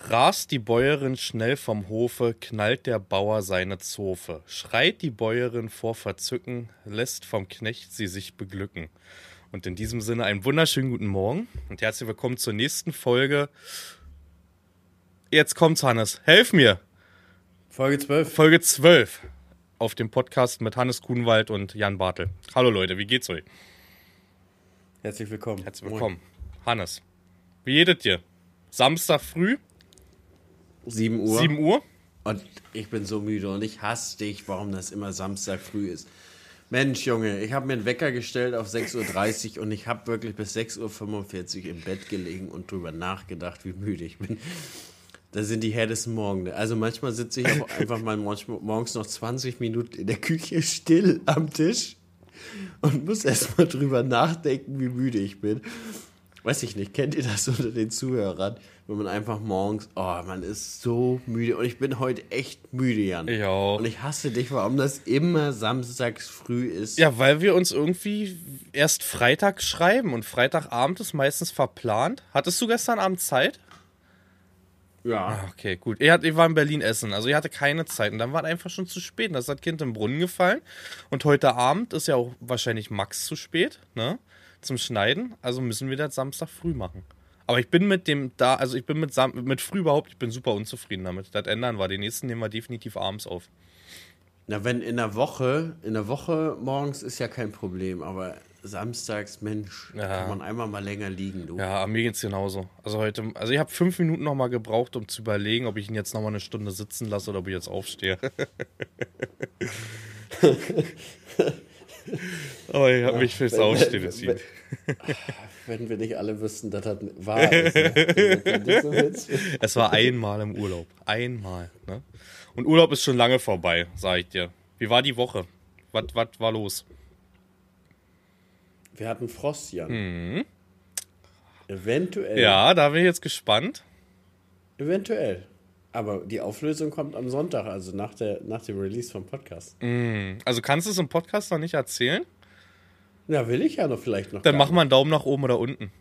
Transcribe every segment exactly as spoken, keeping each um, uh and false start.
Rast die Bäuerin schnell vom Hofe, knallt der Bauer seine Zofe. Schreit die Bäuerin vor Verzücken, lässt vom Knecht sie sich beglücken. Und in diesem Sinne einen wunderschönen guten Morgen und herzlich willkommen zur nächsten Folge. Jetzt kommt's, Hannes. Helf mir. Folge zwölf. Folge zwölf auf dem Podcast mit Hannes Kuhnwald und Jan Bartel. Hallo Leute, wie geht's euch? Herzlich willkommen. Herzlich willkommen. Moin. Hannes, wie geht es dir? Samstag früh? sieben Uhr. sieben Uhr? Und ich bin so müde und ich hasse dich, warum das immer Samstag früh ist. Mensch, Junge, ich habe mir einen Wecker gestellt auf sechs Uhr dreißig und ich habe wirklich bis sechs Uhr fünfundvierzig im Bett gelegen und drüber nachgedacht, wie müde ich bin. Das sind die härtesten Morgen. Also manchmal sitze ich auch einfach mal morgens noch zwanzig Minuten in der Küche still am Tisch und muss erst mal drüber nachdenken, wie müde ich bin. Weiß ich nicht, kennt ihr das unter den Zuhörern? Wenn man einfach morgens, oh, man ist so müde. Und ich bin heute echt müde, Jan. Ich auch. Und ich hasse dich, warum das immer samstags früh ist. Ja, weil wir uns irgendwie erst Freitag schreiben und Freitagabend ist meistens verplant. Hattest du gestern Abend Zeit? Ja. Ah, okay, gut. Ich, hatte, ich war in Berlin essen, also ich hatte keine Zeit. Und dann war es einfach schon zu spät. Und da ist das Kind im Brunnen gefallen. Und heute Abend ist ja auch wahrscheinlich Max zu spät, ne? Zum Schneiden. Also müssen wir das Samstag früh machen. Aber ich bin mit dem da, also ich bin mit, Sam- mit früh überhaupt, ich bin super unzufrieden damit. Das ändern wir. Den nächsten nehmen wir definitiv abends auf. Na, wenn in der Woche, in der Woche morgens ist ja kein Problem, aber samstags, Mensch, Ja. kann man einmal mal länger liegen, du. Ja, mir geht's genauso. Also heute, also ich habe fünf Minuten noch mal gebraucht, um zu überlegen, ob ich ihn jetzt noch mal eine Stunde sitzen lasse oder ob ich jetzt aufstehe. Aber ich habe mich fürs Aufstehen entschieden. Wenn wir nicht alle wüssten, dass das wahr ist. Ne? Es war einmal im Urlaub. Einmal. Ne? Und Urlaub ist schon lange vorbei, sag ich dir. Wie war die Woche? Was, was war los? Wir hatten Frost, Jan. Mhm. Eventuell. Ja, da bin ich jetzt gespannt. Eventuell. Aber die Auflösung kommt am Sonntag, also nach, der, nach dem Release vom Podcast. Mhm. Also kannst du es im Podcast noch nicht erzählen? Ja, will ich ja noch vielleicht noch. Dann mach mal einen Daumen nach oben oder unten.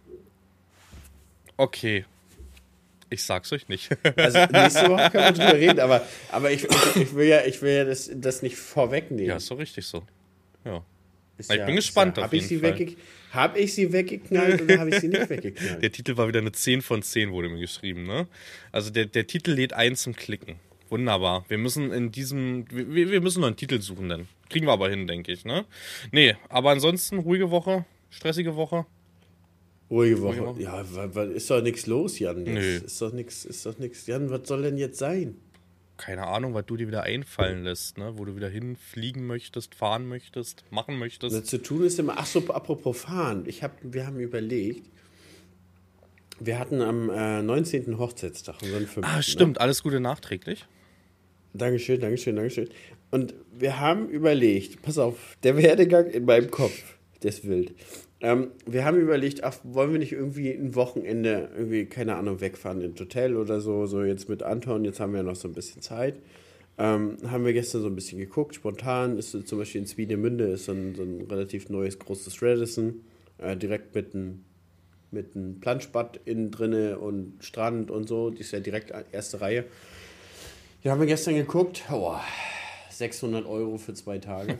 Okay. Ich sag's euch nicht. Also nächste Woche können wir drüber reden, aber, aber ich, ich, ich will ja, ich will ja das, das nicht vorwegnehmen. Ja, ist doch richtig so. Ja. Ist Ich ja, bin gespannt ja, auf hab ich jeden sie Fall. Wegge- Hab ich sie weggeknallt oder habe ich sie nicht weggeknallt? Der Titel war wieder eine zehn von zehn, wurde mir geschrieben, ne? Also der, der Titel lädt ein zum Klicken. Wunderbar. Wir müssen in diesem, wir, wir müssen noch einen Titel suchen, dann. Kriegen wir aber hin, denke ich, ne? Nee, aber ansonsten ruhige Woche, stressige Woche. Ruhige Woche. Ruhige Woche. Ja, weil, weil ist doch nichts los, Jan. Jetzt. Nö. Ist doch nichts, ist doch nichts. Jan, was soll denn jetzt sein? Keine Ahnung, was du dir wieder einfallen lässt, ne? Wo du wieder hinfliegen möchtest, fahren möchtest, machen möchtest. Na, zu tun ist immer, ach so, apropos fahren. Ich hab, wir haben überlegt, wir hatten am äh, neunzehnten Hochzeitstag, unseren fünften. Ah, stimmt, ne? Alles Gute nachträglich. Dankeschön, Dankeschön, Dankeschön. Und wir haben überlegt, pass auf, der Werdegang in meinem Kopf, der ist wild. Ähm, wir haben überlegt, ach, wollen wir nicht irgendwie ein Wochenende, irgendwie, keine Ahnung, wegfahren ins Hotel oder so, so jetzt mit Anton, jetzt haben wir ja noch so ein bisschen Zeit. Ähm, haben wir gestern so ein bisschen geguckt, spontan ist so, zum Beispiel in Swinemünde ist so ein, so ein relativ neues, großes Radisson, äh, direkt mit einem mit einem Planschbad innen drinne und Strand und so, die ist ja direkt erste Reihe. Ja, haben wir gestern geguckt, oh, sechshundert Euro für zwei Tage.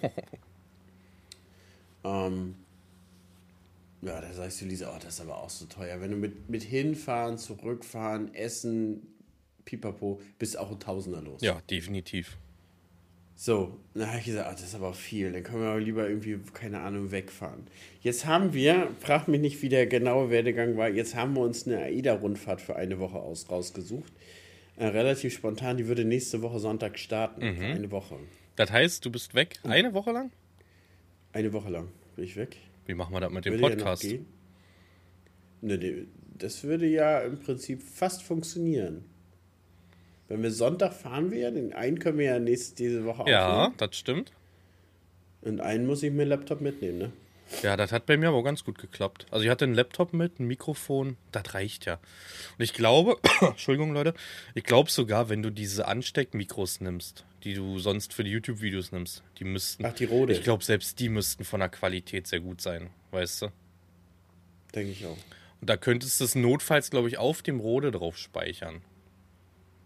ähm, ja, da sagst du, Lisa, oh, das ist aber auch so teuer. Wenn du mit, mit hinfahren, zurückfahren, essen, pipapo, bist auch ein Tausender los. Ja, definitiv. So, dann habe ich gesagt, ach, das ist aber viel. Dann können wir aber lieber irgendwie, keine Ahnung, wegfahren. Jetzt haben wir, frag mich nicht, wie der genaue Werdegang war, jetzt haben wir uns eine AIDA-Rundfahrt für eine Woche aus, rausgesucht. Äh, relativ spontan, die würde nächste Woche Sonntag starten. Mhm. Für eine Woche. Das heißt, du bist weg eine Woche lang? Eine Woche lang bin ich weg. Wie machen wir das mit dem Würde Podcast? Ja noch gehen. Ne, ne, das würde ja im Prinzip fast funktionieren. Wenn wir Sonntag fahren wir, den einen können wir ja nächste, diese Woche Ja, aufnehmen. das stimmt. Und einen muss ich mir Laptop mitnehmen, ne? Ja, das hat bei mir aber auch ganz gut geklappt. Also ich hatte einen Laptop mit, ein Mikrofon, das reicht ja. Und ich glaube, Entschuldigung Leute, ich glaube sogar, wenn du diese Ansteckmikros nimmst, die du sonst für die YouTube-Videos nimmst, die müssten... Ach, die Rode. Ich glaube, selbst die müssten von der Qualität sehr gut sein, weißt du? Denke ich auch. Und da könntest du es notfalls, glaube ich, auf dem Rode drauf speichern.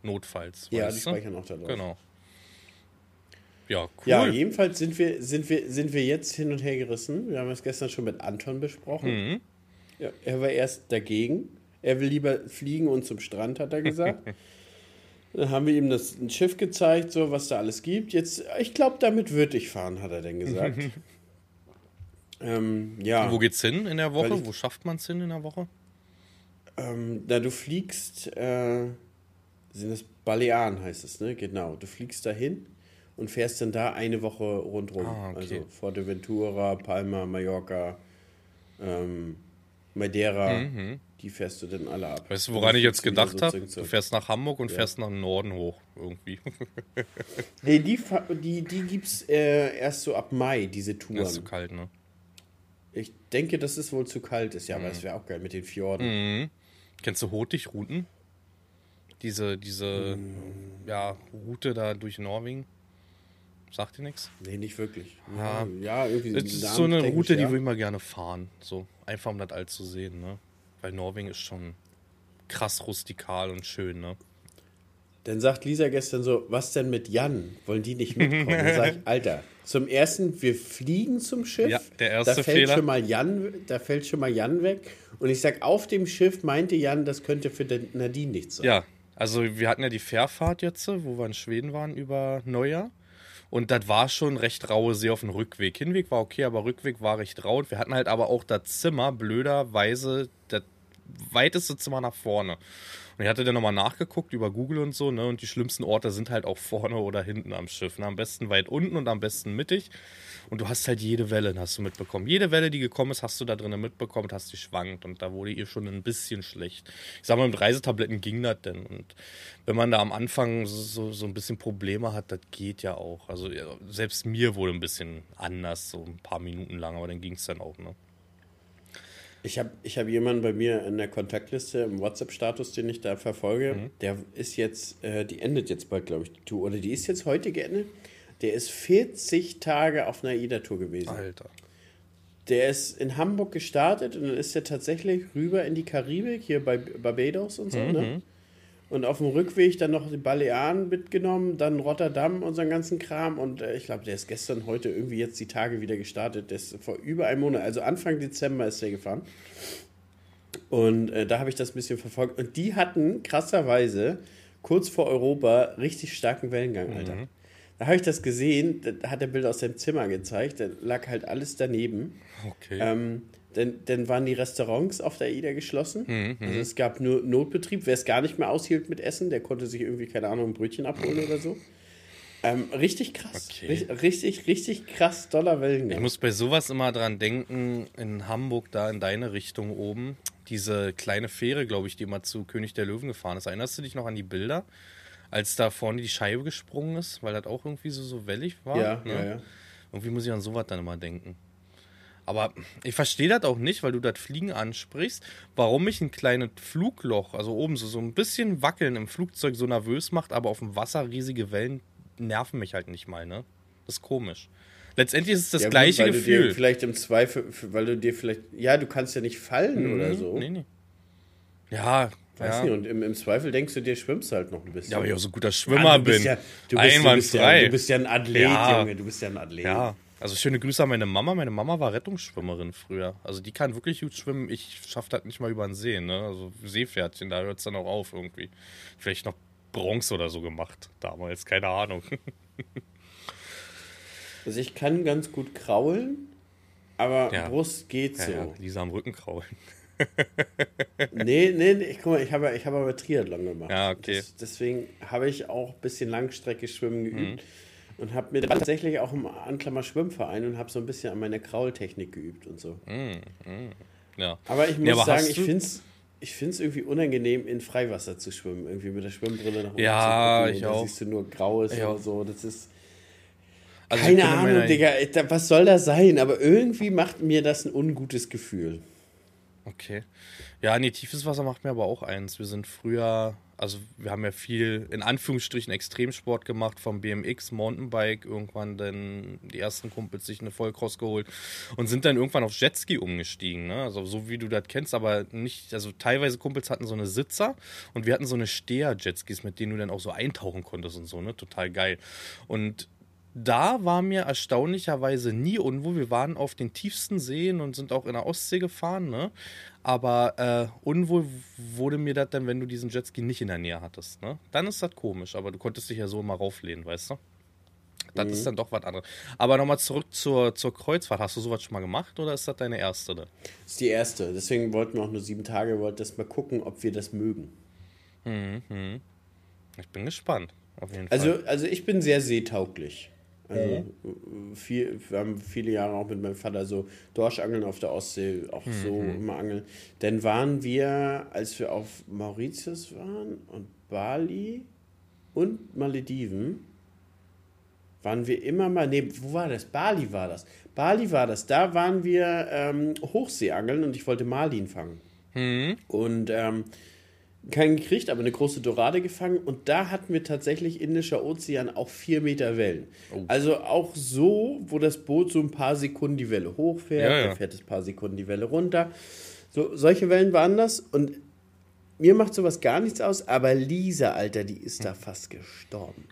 notfalls. Ja, die weißt du? speichern auch da drauf. Genau. Ja, cool. Ja, jedenfalls sind wir, sind, wir, sind wir jetzt hin und her gerissen. Wir haben es gestern schon mit Anton besprochen. Mhm. Ja, er war erst dagegen. Er will lieber fliegen und zum Strand, hat er gesagt. Dann haben wir ihm das ein Schiff gezeigt, so was da alles gibt. Jetzt, ich glaube, damit würde ich fahren, hat er dann gesagt. ähm, ja. Wo geht's hin in der Woche? Ich, Wo schafft man es hin in der Woche? Ähm, da du fliegst, äh, sind das Balearen heißt es, ne? Genau. Du fliegst dahin und fährst dann da eine Woche rundherum. Ah, okay. Also Fuerteventura, Palma, Mallorca, ähm, Madeira. Mhm. Die fährst du dann alle ab. Weißt du, woran ich jetzt gedacht habe? Du zurück. fährst nach Hamburg und Ja. fährst nach Norden hoch irgendwie. Nee, die, fa- die, die gibt es äh, erst so ab Mai, diese Touren. Das ist zu kalt, ne? Ich denke, dass es wohl zu kalt ist. Ja, aber das wäre auch geil mit den Fjorden. Mhm. Kennst du Hurtigruten? Diese, diese ja, Route da durch Norwegen? Sagt dir nichts? Nee, nicht wirklich. Ja. ja irgendwie Es ist Namen so eine denke ich, Route, die ja. würde ich mal gerne fahren. So, einfach um das all zu sehen, ne? Weil Norwegen ist schon krass rustikal und schön, ne? Dann sagt Lisa gestern so, was denn mit Jan? Wollen die nicht mitkommen? Dann sag ich, Alter, zum ersten, wir fliegen zum Schiff. Ja, der erste da fällt Fehler. Schon mal Jan, da fällt schon mal Jan weg. Und ich sag, auf dem Schiff meinte Jan, das könnte für den Nadine nichts sein. Ja, also wir hatten ja die Fährfahrt jetzt, wo wir in Schweden waren über Neujahr. Und das war schon recht raue See auf dem Rückweg. Hinweg war okay, aber Rückweg war recht rau. Und wir hatten halt aber auch das Zimmer, blöderweise, das weiteste Zimmer nach vorne. Und ich hatte dann nochmal nachgeguckt über Google und so, ne? Und die schlimmsten Orte sind halt auch vorne oder hinten am Schiff. Ne? Am besten weit unten und am besten mittig. Und du hast halt jede Welle, hast du mitbekommen. Jede Welle, die gekommen ist, hast du da drinnen mitbekommen und hast die schwankt. Und da wurde ihr schon ein bisschen schlecht. Ich sag mal, mit Reisetabletten ging das denn. Und wenn man da am Anfang so, so, so ein bisschen Probleme hat, das geht ja auch. Also ja, selbst mir wurde ein bisschen anders, so ein paar Minuten lang, aber dann ging es dann auch, ne? Ich habe ich hab jemanden bei mir in der Kontaktliste im WhatsApp-Status, den ich da verfolge. Mhm. Der ist jetzt, äh, die endet jetzt bald, glaube ich, die Tour. Oder die ist jetzt heute geendet. Der ist vierzig Tage auf einer AIDA-Tour gewesen. Alter. Der ist in Hamburg gestartet und dann ist er tatsächlich rüber in die Karibik, hier bei Barbados und so, Mhm. ne? Und auf dem Rückweg dann noch die Balearen mitgenommen, dann Rotterdam und so einen ganzen Kram. Und äh, ich glaube, der ist gestern, heute irgendwie jetzt die Tage wieder gestartet. Der ist vor über einem Monat, also Anfang Dezember ist der gefahren. Und äh, da habe ich das ein bisschen verfolgt. Und die hatten krasserweise kurz vor Europa richtig starken Wellengang, Alter. Mhm. Da habe ich das gesehen, da hat er Bilder aus seinem Zimmer gezeigt, da lag halt alles daneben. Okay. Ähm, dann, dann waren die Restaurants auf der AIDA geschlossen. Mhm. Also es gab nur Notbetrieb. Wer es gar nicht mehr aushielt mit Essen, der konnte sich irgendwie, keine Ahnung, ein Brötchen abholen oder so. Ähm, richtig krass. Okay. Richtig, richtig, richtig krass doller Wellengang. Ich muss bei sowas immer dran denken, in Hamburg, da in deine Richtung oben, diese kleine Fähre, glaube ich, die immer zu König der Löwen gefahren ist. Erinnerst du dich noch an die Bilder, als da vorne die Scheibe gesprungen ist, weil das auch irgendwie so, so wellig war? ja, ne? ja, ja. Irgendwie muss ich an sowas dann immer denken. Aber ich verstehe das auch nicht, weil du das Fliegen ansprichst, warum mich ein kleines Flugloch, also oben so, so ein bisschen Wackeln im Flugzeug so nervös macht, aber auf dem Wasser riesige Wellen nerven mich halt nicht mal, ne? Das ist komisch. Letztendlich ist es das Ja, gut, gleiche weil Du Gefühl. dir vielleicht im Zweifel, weil du dir vielleicht, ja, du kannst ja nicht fallen Mhm, oder so. Nee, nee. Ja, Weiß ja. nicht, und im, im Zweifel denkst du dir, schwimmst halt noch ein bisschen. Ja, weil ich auch so guter Ah, Schwimmer du bist bin. Ja, du, bist, du, bist ja, Einwandfrei. du bist ja ein Athlet, Ja. Junge, du bist ja ein Athlet. Ja, also schöne Grüße an meine Mama. Meine Mama war Rettungsschwimmerin früher. Also die kann wirklich gut schwimmen. Ich schaffe das nicht mal über den See, ne? Also Seepferdchen, da hört es dann auch auf irgendwie. Vielleicht noch Bronze oder so gemacht damals, keine Ahnung. Also ich kann ganz gut kraulen, aber Ja. Brust geht Ja, so. ja, Lisa am Rücken kraulen. Nee, nee, nee, ich, guck mal, ich habe ich habe aber Triathlon gemacht. Ja, okay. Das, deswegen habe ich auch ein bisschen Langstrecke schwimmen geübt Mhm. und habe mir tatsächlich auch im Anklammer Schwimmverein und habe so ein bisschen an meiner Kraultechnik geübt und so. Ja. Aber ich muss Ja, aber sagen, hast ich du- finde es ich find's irgendwie unangenehm, in Freiwasser zu schwimmen. Irgendwie mit der Schwimmbrille nach oben Ja, zu gucken. ich und da auch. siehst du nur Graues Ich oder auch. so. Das ist Also keine ich bin in Ahnung, meiner- Digga. Da- Was soll das sein? Aber irgendwie macht mir das ein ungutes Gefühl. Okay. Ja, nee, tiefes Wasser macht mir aber auch eins. Wir sind früher, also wir haben ja viel, in Anführungsstrichen, Extremsport gemacht, vom B M X, Mountainbike, irgendwann dann die ersten Kumpels sich eine Vollcross geholt und sind dann irgendwann auf Jetski umgestiegen, ne? Also so wie du das kennst, aber nicht, also teilweise Kumpels hatten so eine Sitzer und wir hatten so eine Steher-Jetskis, mit denen du dann auch so eintauchen konntest und so, ne? Total geil. Und da war mir erstaunlicherweise nie unwohl. Wir waren auf den tiefsten Seen und sind auch in der Ostsee gefahren, ne? Aber äh, unwohl wurde mir das dann, wenn du diesen Jetski nicht in der Nähe hattest, ne? Dann ist das komisch, aber du konntest dich ja so immer rauflehnen, weißt du? Das Mhm. ist dann doch was anderes. Aber nochmal zurück zur, zur Kreuzfahrt. Hast du sowas schon mal gemacht oder ist das deine erste? Ne? Das ist die erste. Deswegen wollten wir auch nur sieben Tage, wollten das mal gucken, ob wir das mögen. Mhm. Ich bin gespannt, auf jeden Also, Fall. also ich bin sehr seetauglich. Also viel, wir haben viele Jahre auch mit meinem Vater so Dorschangeln auf der Ostsee, auch so immer angeln. Dann waren wir, als wir auf Mauritius waren und Bali und Malediven, waren wir immer mal, nee, wo war das? Bali war das. Bali war das. Da waren wir ähm, Hochseeangeln und ich wollte Marlin fangen. Mhm. Und ähm, keinen gekriegt, aber eine große Dorade gefangen. Und da hatten wir tatsächlich Indischer Ozean auch vier Meter Wellen. Oh. Also auch so, wo das Boot so ein paar Sekunden die Welle hochfährt, Ja, ja. dann fährt es ein paar Sekunden die Welle runter. So, solche Wellen waren das. Und mir macht sowas gar nichts aus, aber Lisa, Alter, die ist da fast gestorben.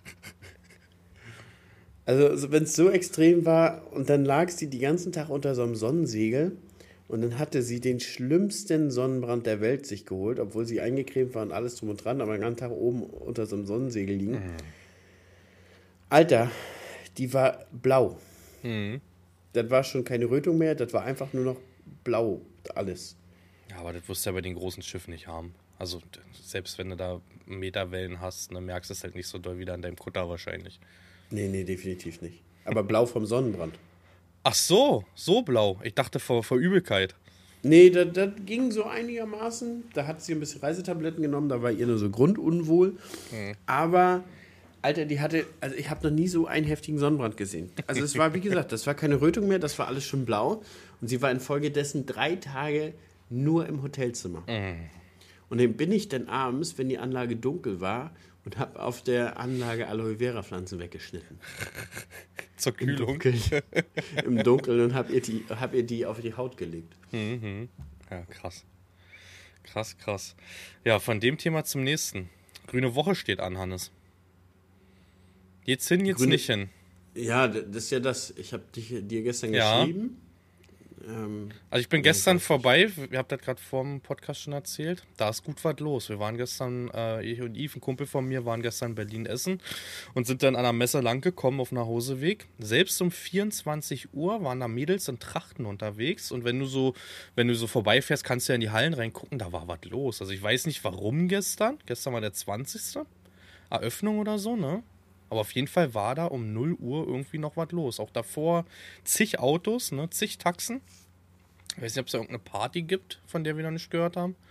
Also wenn es so extrem war und dann lag sie den ganzen Tag unter so einem Sonnensegel und dann hatte sie den schlimmsten Sonnenbrand der Welt sich geholt, obwohl sie eingecremt war und alles drum und dran, aber den ganzen Tag oben unter so einem Sonnensegel liegen. Mhm. Alter, die war blau. Mhm. Das war schon keine Rötung mehr, das war einfach nur noch blau, alles. Ja, aber das wirst du ja bei den großen Schiffen nicht haben. Also selbst wenn du da Meterwellen hast, dann merkst du es halt nicht so doll wie an deinem Kutter wahrscheinlich. Nee, nee, definitiv nicht. Aber blau vom Sonnenbrand. Ach so, so blau. Ich dachte vor, vor Übelkeit. Nee, das, das ging so einigermaßen. Da hat sie ein bisschen Reisetabletten genommen, da war ihr nur so grundunwohl. Mhm. Aber, Alter, die hatte, also ich habe noch nie so einen heftigen Sonnenbrand gesehen. Also es war, wie gesagt, das war keine Rötung mehr, das war alles schon blau. Und sie war infolgedessen drei Tage nur im Hotelzimmer. Mhm. Und dann bin ich dann abends, wenn die Anlage dunkel war, und habe auf der Anlage Aloe Vera Pflanzen weggeschnitten. Zur Kühlung. Im Dunkeln, Im Dunkeln und habe ihr, die, hab ihr die auf die Haut gelegt. Mhm. Ja, krass. Krass, krass. Ja, von dem Thema zum nächsten. Grüne Woche steht an, Hannes. Jetzt hin, jetzt Grüne, nicht hin. Ja, das ist ja das. Ich habe dir gestern ja. geschrieben. Ähm, also ich bin gestern vorbei, ihr habt das gerade vor dem Podcast schon erzählt, da ist gut was los. Wir waren gestern, äh, ich und Yves, ein Kumpel von mir, waren gestern in Berlin essen und sind dann an der Messe lang gekommen auf dem Nachhauseweg. Selbst um vierundzwanzig Uhr waren da Mädels in Trachten unterwegs und wenn du so, wenn du so vorbeifährst, kannst du ja in die Hallen reingucken, da war was los. Also ich weiß nicht warum gestern, gestern war der zwanzigste Eröffnung oder so, ne? Aber auf jeden Fall war da um null Uhr irgendwie noch was los. Auch davor zig Autos, ne, zig Taxen. Ich weiß nicht, ob es da irgendeine Party gibt, von der wir noch nicht gehört haben.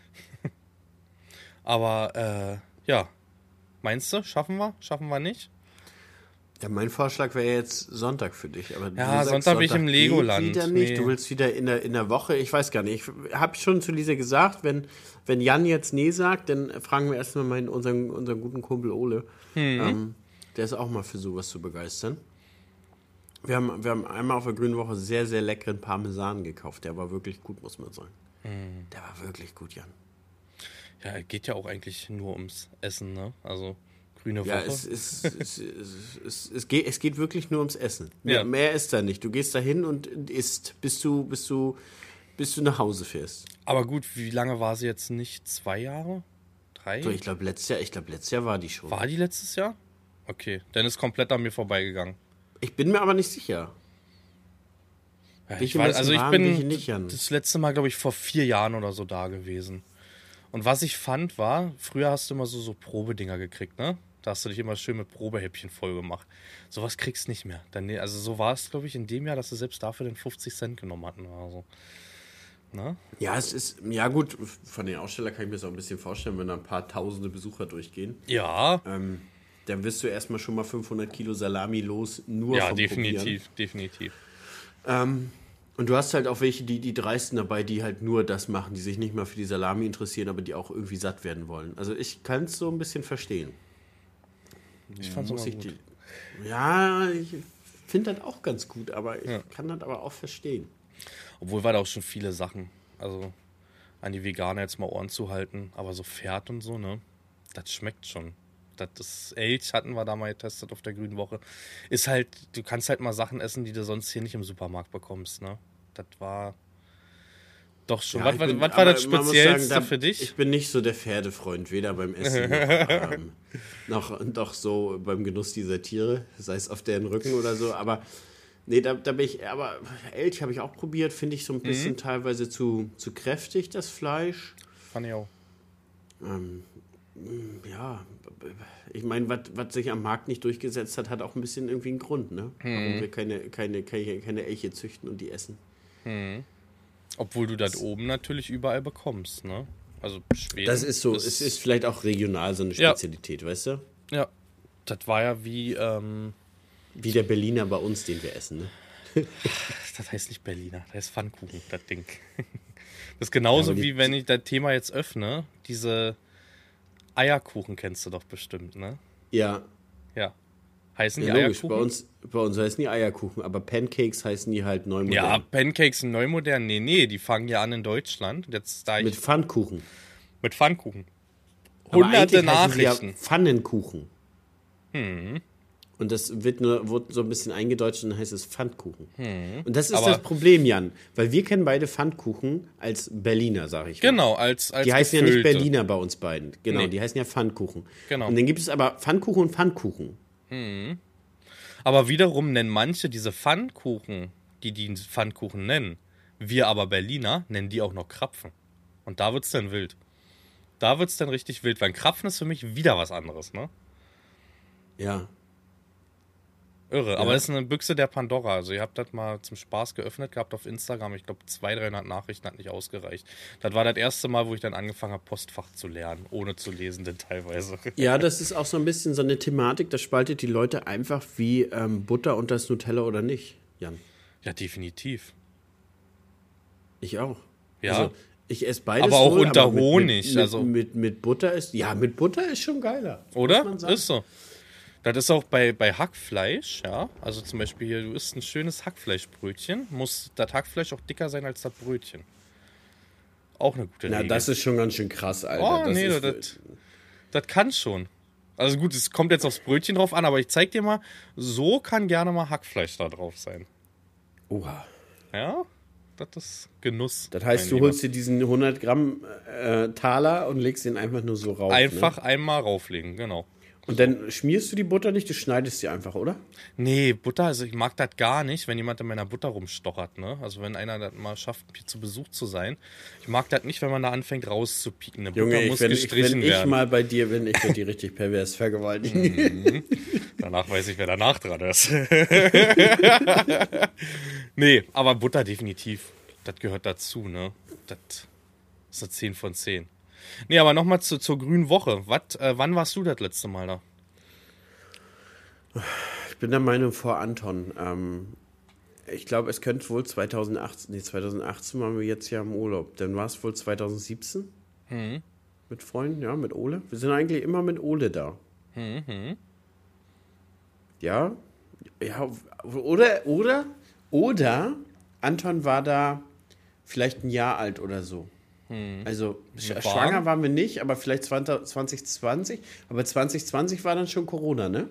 Aber, äh, ja. Meinst du, schaffen wir? Schaffen wir nicht? Ja, mein Vorschlag wäre jetzt Sonntag für dich. Aber ja, sagst, Sonntag bin ich im Legoland. Wieder nicht. Nee. Du willst wieder in der, in der Woche, ich weiß gar nicht. Ich habe schon zu Lisa gesagt, wenn, wenn Jan jetzt nee sagt, dann fragen wir erstmal meinen, unseren, unseren guten Kumpel Ole. Hm. Ähm, der ist auch mal für sowas zu begeistern. Wir haben, wir haben einmal auf der Grünen Woche sehr, sehr leckeren Parmesan gekauft. Der war wirklich gut, muss man sagen. Mm. Der war wirklich gut, Jan. Ja, geht ja auch eigentlich nur ums Essen, ne? Also Grüne Woche. Ja, es, es, es, es, es, es, geht, es geht wirklich nur ums Essen. Mehr, ja. mehr ist da nicht. Du gehst da hin und isst, bis du, bis, du, bis du nach Hause fährst. Aber gut, wie lange war sie jetzt nicht? Zwei Jahre? Drei? So, ich glaube, letztes Jahr, ich glaube, letztes Jahr war die schon. War die letztes Jahr? Okay, dann ist komplett an mir vorbeigegangen. Ich bin mir aber nicht sicher. Ja, ich weiß, also ich bin nicht, das letzte Mal, glaube ich, vor vier Jahren oder so da gewesen. Und was ich fand war, früher hast du immer so, so Probedinger gekriegt, ne? Da hast du dich immer schön mit Probehäppchen voll gemacht. Sowas kriegst du nicht mehr. Dann, also so war es, glaube ich, in dem Jahr, dass sie selbst dafür den fünfzig Cent genommen hatten oder so. Ne? Ja, es ist, ja gut, von den Ausstellern kann ich mir das auch ein bisschen vorstellen, wenn da ein paar tausende Besucher durchgehen. Ja. Ähm, dann wirst du erstmal schon mal fünfhundert Kilo Salami los, nur ja, vom definitiv, Probieren. definitiv. Ähm, Und du hast halt auch welche, die, die Dreisten dabei, die halt nur das machen, die sich nicht mal für die Salami interessieren, aber die auch irgendwie satt werden wollen. Also ich kann es so ein bisschen verstehen. Ich fand's Muss immer ich gut. die, ja, ich finde das auch ganz gut, aber ich Ja. kann das aber auch verstehen. Obwohl war da auch schon viele Sachen. Also an die Veganer jetzt mal Ohren zu halten. Aber so Pferd und so, ne? Das schmeckt schon. Das ist Elch hatten wir da mal getestet auf der Grünen Woche. Ist halt, du kannst halt mal Sachen essen, die du sonst hier nicht im Supermarkt bekommst, ne? Das war doch schon. Ja, was ich war, bin- was war das aber man muss Speziellste sagen, da- für dich? Ich bin nicht so der Pferdefreund, weder beim Essen noch, ähm, noch, noch so beim Genuss dieser Tiere, sei es auf deren Rücken oder so. Aber nee, da, da bin ich, aber Elch habe ich auch probiert, finde ich so ein bisschen Mhm. teilweise zu, zu kräftig, das Fleisch. Fand ich auch. Ähm, ja, ich meine, was sich am Markt nicht durchgesetzt hat, hat auch ein bisschen irgendwie einen Grund, ne? Warum wir keine, keine, keine, keine Elche züchten und die essen. Obwohl du das oben natürlich überall bekommst, ne? Also Schweden. Das ist so, es ist vielleicht auch regional so eine Ja. Spezialität, weißt du? Ja. Das war ja wie, ähm, Wie der Berliner bei uns, den wir essen, ne? das heißt nicht Berliner, das heißt Pfannkuchen, das Ding. Das ist genauso Ja, aber die- wie wenn ich das Thema jetzt öffne, diese Eierkuchen kennst du doch bestimmt, ne? Ja, Ja. Heißen die ja logisch. Eierkuchen? Bei uns, bei uns heißen die Eierkuchen, aber Pancakes heißen die halt neu modern. Ja, Pancakes sind neu modern. Nee, nee, die fangen ja an in Deutschland. Jetzt da ich Mit mit, Pfannkuchen. Pfannkuchen. Aber Hunderte eigentlich heißen sie Nachrichten. Ja Pfannenkuchen. Und das wird nur wird so ein bisschen eingedeutscht und dann heißt es Pfannkuchen. Und das ist Aber- das Problem, Jan, weil wir kennen beide Pfannkuchen als Berliner, sag ich mal. Genau, als, als Die heißen ja nicht gefüllte. Berliner bei uns beiden. Genau, Nee. die heißen ja Pfannkuchen. Genau. Und dann gibt es aber Pfannkuchen und Pfannkuchen. Aber wiederum nennen manche diese Pfannkuchen, die die Pfannkuchen nennen, wir aber Berliner, nennen die auch noch Krapfen. Und da wird's dann wild. Da wird's dann richtig wild, weil ein Krapfen ist für mich wieder was anderes, ne? Ja. Irre, aber das ist eine Büchse der Pandora. Also ihr habt das mal zum Spaß geöffnet gehabt auf Instagram. Ich glaube, zweihundert, dreihundert Nachrichten hat nicht ausgereicht. Das war das erste Mal, wo ich dann angefangen habe, Postfach zu lernen, ohne zu lesen denn teilweise. Ja, das ist auch so ein bisschen so eine Thematik, das spaltet die Leute einfach wie ähm, Butter und das Nutella oder nicht, Jan. Ja, definitiv. Ich auch. Ja. Also, ich esse beides. Aber auch wohl, unter aber mit, Honig, Mit, mit, also- mit, mit Butter ist. Ja, mit Butter ist schon geiler. muss Oder? man sagen. Ist so. Das ist auch bei, bei Hackfleisch, ja. Also zum Beispiel hier, du isst ein schönes Hackfleischbrötchen, muss das Hackfleisch auch dicker sein als das Brötchen. Auch eine gute Na, Regel. das ist schon ganz schön krass, Alter. Oh, das nee, ist, das, das kann schon. Also gut, es kommt jetzt aufs Brötchen drauf an, aber ich zeig dir mal, so kann gerne mal Hackfleisch da drauf sein. Oha. Ja, das ist Genuss. Das heißt, mein du Lieber. holst dir diesen hundert Gramm äh, Taler und legst ihn einfach nur so rauf. Einfach Ne? einmal rauflegen, genau. Und dann schmierst du die Butter nicht, du schneidest sie einfach, oder? Nee, Butter, also ich mag das gar nicht, wenn jemand in meiner Butter rumstochert, ne? Also wenn einer das mal schafft, hier zu Besuch zu sein. Ich mag das nicht, wenn man da anfängt rauszupieken. Eine Junge, Butter ich, muss wenn, ich, gestrichen wenn ich werden. mal bei dir bin, ich werde die richtig pervers vergewaltigen. Danach weiß ich, wer danach dran ist. Nee, aber Butter definitiv. Das gehört dazu, ne? Das ist eine zehn von zehn. Nee, aber nochmal zu, zur Grünen Woche. Was, äh, wann warst du das letzte Mal da? Ich bin der Meinung vor Anton. Ähm, ich glaube, es könnte wohl zweitausendachtzehn, nee, zweitausendachtzehn waren wir jetzt ja im Urlaub. Dann war es wohl zweitausendsiebzehn Mhm. mit Freunden, ja, mit Ole. Wir sind eigentlich immer mit Ole da. Mhm. Ja, ja, oder, oder, oder Anton war da vielleicht ein Jahr alt oder so. Also sch Wir schwanger waren- waren wir nicht, aber vielleicht zwanzig zwanzig. Aber zwanzig zwanzig war dann schon Corona, ne?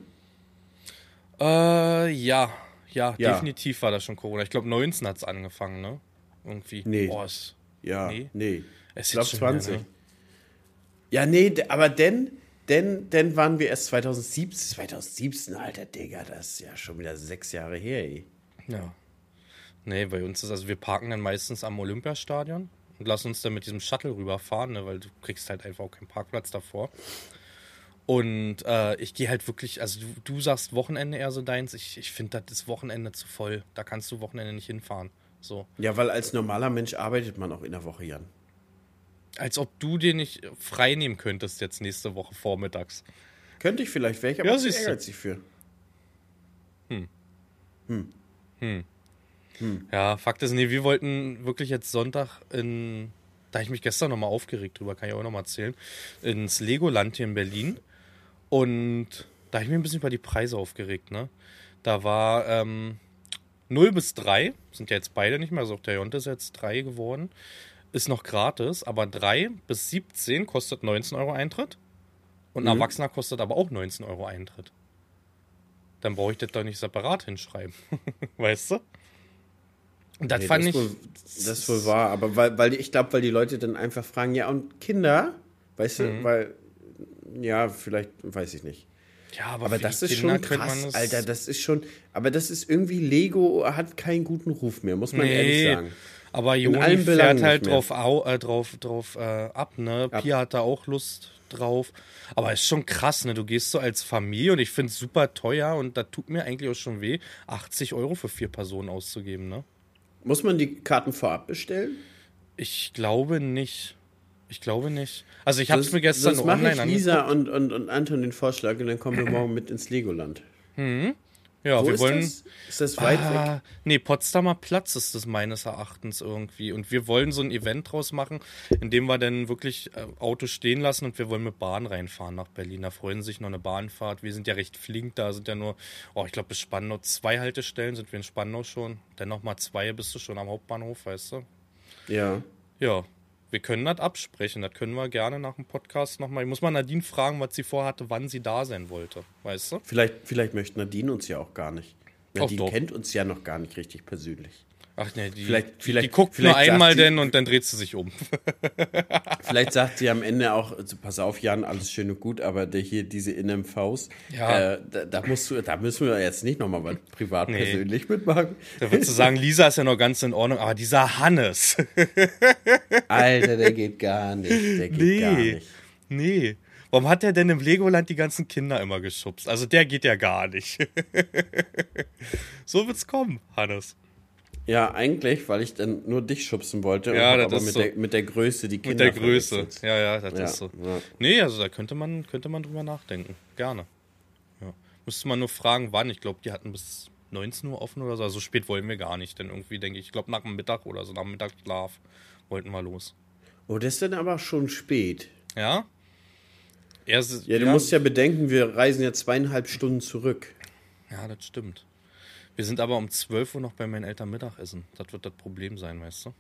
Äh, ja. ja. Ja. definitiv war das schon Corona. Ich glaube, neunzehn hat es angefangen, ne? Irgendwie. Nee. Boah, es, Ja, Nee. nee. es Ich glaube ist schon wieder, zwanzig. ne? Ja, nee, d- aber denn, denn, denn waren wir erst zweitausendsiebzehn. zweitausendsiebzehn, alter Digga, das ist ja schon wieder sechs Jahre her, ey. Ja. Nee, bei uns ist also, wir parken dann meistens am Olympiastadion und lassen uns dann mit diesem Shuttle rüberfahren, ne, weil du kriegst halt einfach auch keinen Parkplatz davor. Und äh, ich gehe halt wirklich, also du, du sagst Wochenende eher so deins, ich, ich finde, das ist Wochenende zu voll. Da kannst du Wochenende nicht hinfahren. So. Ja, weil als normaler Mensch arbeitet man auch in der Woche, Jan. Als ob du dir nicht frei nehmen könntest jetzt nächste Woche vormittags. Könnte ich vielleicht, wäre ich aber Ja, zu siehst du. ehrgeizig für. Hm. Ja, Fakt ist, nee, wir wollten wirklich jetzt Sonntag in, da habe ich mich gestern nochmal aufgeregt drüber, kann ich auch nochmal erzählen, ins Legoland hier in Berlin. Und da habe ich mich ein bisschen über die Preise aufgeregt, ne? Da war ähm, null bis drei, sind ja jetzt beide nicht mehr, also auch der Jonte ist jetzt drei geworden, ist noch gratis, aber drei bis siebzehn kostet neunzehn Euro Eintritt und ein Mhm. Erwachsener kostet aber auch neunzehn Euro Eintritt. Dann brauche ich das doch nicht separat hinschreiben, weißt du? Und das Nee, fand das, ich... wohl, das ist wohl wahr, aber weil, weil die- ich glaube, weil die Leute dann einfach fragen, ja, und Kinder, weißt du, Mhm. weil, ja, vielleicht, weiß ich nicht. Ja, aber, Aber für das die ist Kinder schon könnte man krass, das- Alter, das ist schon, aber das ist irgendwie, Lego hat keinen guten Ruf mehr, muss man ehrlich Nee, sagen. aber allen Joni Belangen fährt halt nicht mehr. drauf, au, äh, drauf, drauf äh, ab, ne? Ab. Pia hat da auch Lust drauf. Aber ist schon krass, ne? Du gehst so als Familie und ich finde es super teuer und da tut mir eigentlich auch schon weh, achtzig Euro für vier Personen auszugeben, ne? Muss man die Karten vorab bestellen? Ich glaube nicht. Ich glaube nicht. Also ich habe es Sonst- mir gestern sonst nur mache online ich Lisa und, und, und Anton den Vorschlag und dann kommen wir morgen mit ins Legoland. angeguckt. Ja, Wo wir ist wollen. das? Ist das weit weg? Ah, nee, Potsdamer Platz ist das meines Erachtens irgendwie. Und wir wollen so ein Event draus machen, in dem wir dann wirklich äh, Autos stehen lassen und wir wollen mit Bahn reinfahren nach Berlin. Da freuen sich noch eine Bahnfahrt. Wir sind ja recht flink, da sind ja nur, oh, ich glaube bis Spandau zwei Haltestellen sind wir in Spandau schon. Dann nochmal zwei bist du schon am Hauptbahnhof, weißt du? Ja. Ja, wir können das absprechen. Das können wir gerne nach dem Podcast nochmal. Ich muss mal Nadine fragen, was sie vorhatte, wann sie da sein wollte, weißt du? Vielleicht, vielleicht möchte Nadine uns ja auch gar nicht. Nadine doch. kennt uns ja noch gar nicht richtig persönlich. Ach nee, die, Vielleicht- die, vielleicht- die guckt vielleicht nur sagt einmal sie- denn und dann dreht sie sich um. Vielleicht sagt sie am Ende auch, also pass auf, Jan, alles schön und gut, aber der hier, diese N M Vs, Ja. äh, da, da, musst du, da müssen wir jetzt nicht nochmal was privat Nee. persönlich mitmachen. Da würdest du sagen, Lisa ist ja noch ganz in Ordnung, aber dieser Hannes. Alter, der geht gar nicht. Der geht Nee. gar nicht. Nee. Warum hat der denn im Legoland die ganzen Kinder immer geschubst? Also der geht ja gar nicht. So wird's kommen, Hannes. Ja, eigentlich, weil ich dann nur dich schubsen wollte. Ja, und das aber ist mit, so. der, mit der Größe die Mit Kinder der Größe. verwechselt. Ja, ja, das Ja, ist so. ja. Nee, also da könnte man, könnte man drüber nachdenken. Gerne. Ja. Müsste man nur fragen, wann. Ich glaube, die hatten bis neunzehn Uhr offen oder so. Also so spät wollen wir gar nicht. Denn irgendwie denke ich, ich glaube nach dem Mittag oder so, nach dem Mittagsschlaf wollten wir los. Oh, das ist dann aber schon spät. Ja? Er, Ja, du musst ja bedenken, wir reisen ja zweieinhalb Stunden zurück. Ja, das stimmt. Wir sind aber um zwölf Uhr noch bei meinen Eltern Mittagessen. Das wird das Problem sein, weißt du?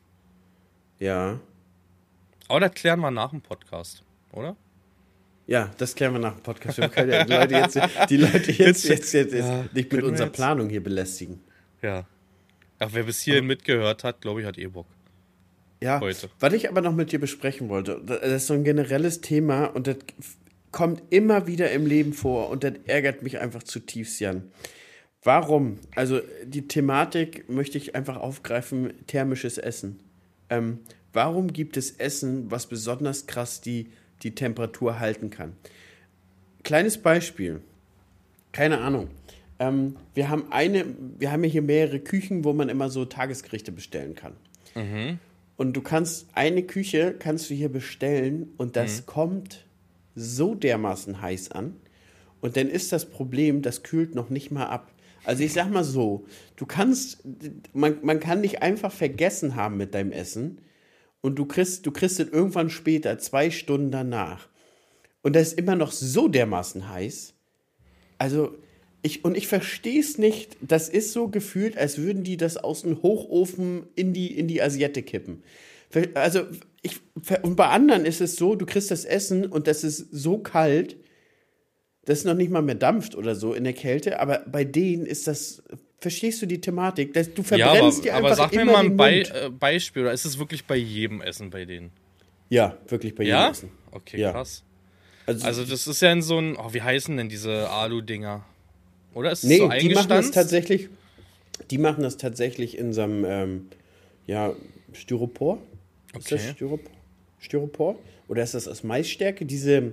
Ja. Aber das klären wir nach dem Podcast, oder? Ja, das klären wir nach dem Podcast. Wir können ja die Leute jetzt, die Leute jetzt, jetzt, jetzt, jetzt Ja, nicht mit können wir unserer jetzt- Planung hier belästigen. Ja. Ach, wer bis hierhin mitgehört hat, glaube ich, hat eh Bock. Ja, Heute. was ich aber noch mit dir besprechen wollte, das ist so ein generelles Thema und das kommt immer wieder im Leben vor und das ärgert mich einfach zutiefst, Jan. Warum? Also die Thematik möchte ich einfach aufgreifen, thermisches Essen. Ähm, warum gibt es Essen, was besonders krass die, die Temperatur halten kann? Kleines Beispiel. Keine Ahnung. Ähm, wir haben eine, wir haben ja hier mehrere Küchen, wo man immer so Tagesgerichte bestellen kann. Und du kannst eine Küche kannst du hier bestellen und das Mhm. kommt so dermaßen heiß an. Und dann ist das Problem, das kühlt noch nicht mal ab. Also ich sag mal so, du kannst, man, man kann dich einfach vergessen haben mit deinem Essen und du kriegst, du kriegst es irgendwann später, zwei Stunden danach. Und das ist immer noch so dermaßen heiß. Also, ich, und ich verstehe es nicht. Das ist so gefühlt, als würden die das aus dem Hochofen in die, in die Asiette kippen. Ver- Also, ich, ver- und bei anderen ist es so, du kriegst das Essen und das ist so kalt, dass es noch nicht mal mehr dampft oder so in der Kälte. Aber bei denen ist das, verstehst du die Thematik? Das, du Ja, verbrennst aber, dir aber einfach sag mir immer mal den ein Be Mund. äh, Beispiel, oder ist es wirklich bei jedem Essen bei denen? Ja, wirklich bei jedem Ja? Essen. Okay, Ja. krass. Also, Also das ist ja in so ein, oh, wie heißen denn diese Alu-Dinger? Oder ist es nee, so die machen das eingestanzt? tatsächlich, die machen das tatsächlich in so einem, ähm, ja, Styropor. Ist das Okay. Styropor? Styropor? Oder ist das aus Maisstärke? Diese,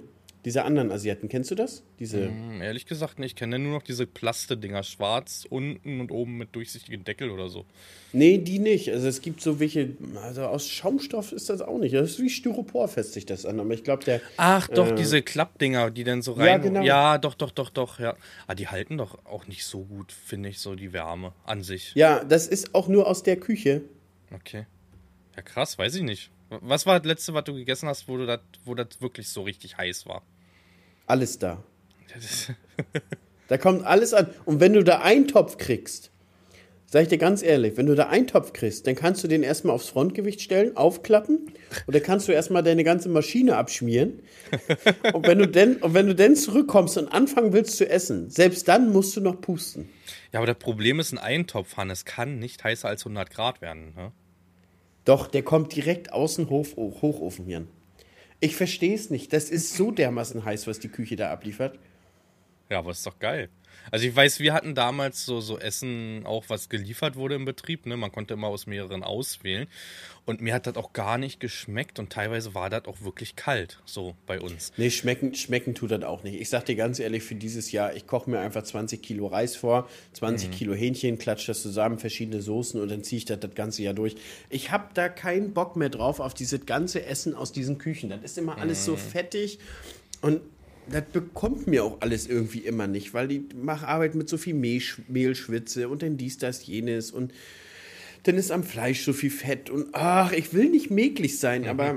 Diese anderen Asiaten, kennst du das? Diese. Hm, ehrlich gesagt nicht. Ich kenne nur noch diese Plaste-Dinger. Schwarz unten und oben mit durchsichtigen Deckel oder so. Nee, die nicht. Also es gibt so welche, also aus Schaumstoff ist das auch nicht. Das ist wie Styropor, fässt sich das an. Aber ich glaube, der. Ach doch, äh, diese Klappdinger, die dann so rein... Ja, genau. Ja, doch, doch, doch, doch, ja. Ah, die halten doch auch nicht so gut, finde ich, so die Wärme an sich. Ja, das ist auch nur aus der Küche. Okay. Ja, krass, weiß ich nicht. Was war das letzte, was du gegessen hast, wo du das, wo das wirklich so richtig heiß war? Alles da. Das ist Da kommt alles an. Und wenn du da einen Topf kriegst, sag ich dir ganz ehrlich, wenn du da einen Topf kriegst, dann kannst du den erstmal aufs Frontgewicht stellen, aufklappen und dann kannst du erstmal deine ganze Maschine abschmieren. Und wenn du denn, und wenn du dann zurückkommst und anfangen willst zu essen, selbst dann musst du noch pusten. Ja, aber das Problem ist, ein Eintopf, Hannes, kann nicht heißer als hundert Grad werden. Ne? Doch, der kommt direkt aus dem Hof, Hochofen hier. Ich verstehe es nicht. Das ist so dermaßen heiß, was die Küche da abliefert. Ja, aber ist doch geil. Also ich weiß, wir hatten damals so, so Essen auch, was geliefert wurde im Betrieb. Ne? Man konnte immer aus mehreren auswählen. Und mir hat das auch gar nicht geschmeckt. Und teilweise war das auch wirklich kalt, so bei uns. Nee, schmecken, schmecken tut das auch nicht. Ich sag dir ganz ehrlich, für dieses Jahr, ich koche mir einfach zwanzig Kilo Reis vor, zwanzig mhm. Kilo Hähnchen, klatsche das zusammen, verschiedene Soßen und dann ziehe ich das das ganze Jahr durch. Ich habe da keinen Bock mehr drauf, auf dieses ganze Essen aus diesen Küchen. Das ist immer alles mhm. so fettig und das bekommt mir auch alles irgendwie immer nicht, weil die machen Arbeit mit so viel Mehl, Mehlschwitze und dann dies, das, jenes und dann ist am Fleisch so viel Fett und ach, ich will nicht mäglich sein, mhm. aber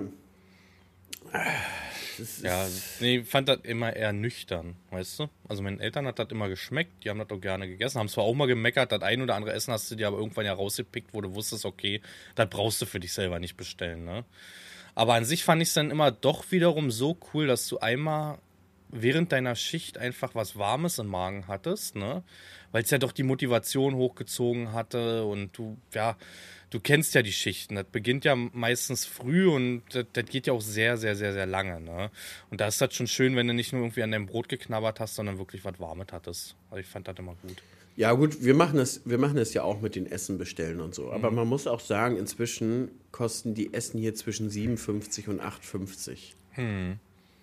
ach, das ja, nee, ich fand das immer eher nüchtern, weißt du? Also meinen Eltern hat das immer geschmeckt, die haben das auch gerne gegessen, haben zwar auch mal gemeckert, das ein oder andere Essen hast du dir aber irgendwann ja rausgepickt, wo du wusstest, okay, das brauchst du für dich selber nicht bestellen, ne? Aber an sich fand ich es dann immer doch wiederum so cool, dass du einmal während deiner Schicht einfach was Warmes im Magen hattest, ne? Weil es ja doch die Motivation hochgezogen hatte und du, ja, du kennst ja die Schichten. Das beginnt ja meistens früh und das, das geht ja auch sehr, sehr, sehr, sehr lange, ne? Und da ist das schon schön, wenn du nicht nur irgendwie an deinem Brot geknabbert hast, sondern wirklich was Warmes hattest. Also ich fand das immer gut. Ja gut, wir machen das, wir machen das ja auch mit den Essen bestellen und so. Aber mhm. man muss auch sagen, inzwischen kosten die Essen hier zwischen siebenundfünfzig und acht fünfzig. Hm.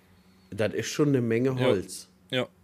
Das ist schon eine Menge Holz. Ja. ja.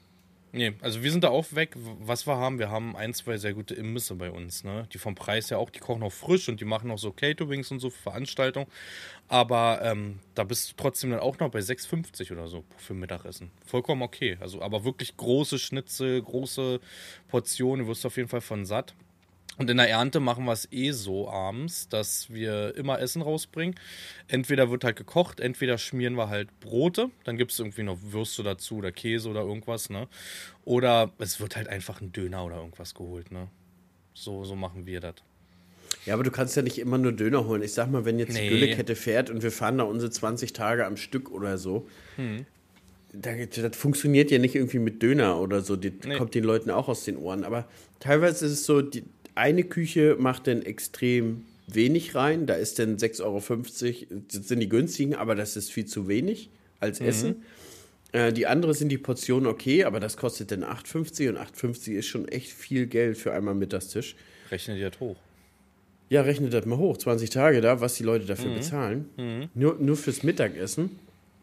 Nee, also wir sind da auch weg. Was wir haben, wir haben ein, zwei sehr gute Imbisse bei uns, ne? Die vom Preis ja auch, die kochen auch frisch und die machen auch so Caterings und so für Veranstaltungen. Aber ähm, da bist du trotzdem dann auch noch bei sechs fünfzig oder so für Mittagessen. Vollkommen okay. Also, aber wirklich große Schnitzel, große Portionen, du wirst auf jeden Fall von satt. Und in der Ernte machen wir es eh so abends, dass wir immer Essen rausbringen. Entweder wird halt gekocht, entweder schmieren wir halt Brote, dann gibt es irgendwie noch Würste dazu oder Käse oder irgendwas, ne? Oder es wird halt einfach ein Döner oder irgendwas geholt, ne? So, so machen wir das. Ja, aber du kannst ja nicht immer nur Döner holen. Ich sag mal, wenn jetzt nee. die Güllekette fährt und wir fahren da unsere zwanzig Tage am Stück oder so, hm. da, das funktioniert ja nicht irgendwie mit Döner oder so. Das nee. kommt den Leuten auch aus den Ohren. Aber teilweise ist es so, die eine Küche macht dann extrem wenig rein, da ist dann sechs Euro fünfzig, das sind die günstigen, aber das ist viel zu wenig als Essen. Mhm. Äh, die andere sind die Portionen okay, aber das kostet dann acht fünfzig und acht fünfzig ist schon echt viel Geld für einmal Mittagstisch. Rechnet ihr das hoch? Ja, rechnet das mal hoch, zwanzig Tage da, was die Leute dafür mhm. bezahlen. Mhm. Nur, nur fürs Mittagessen.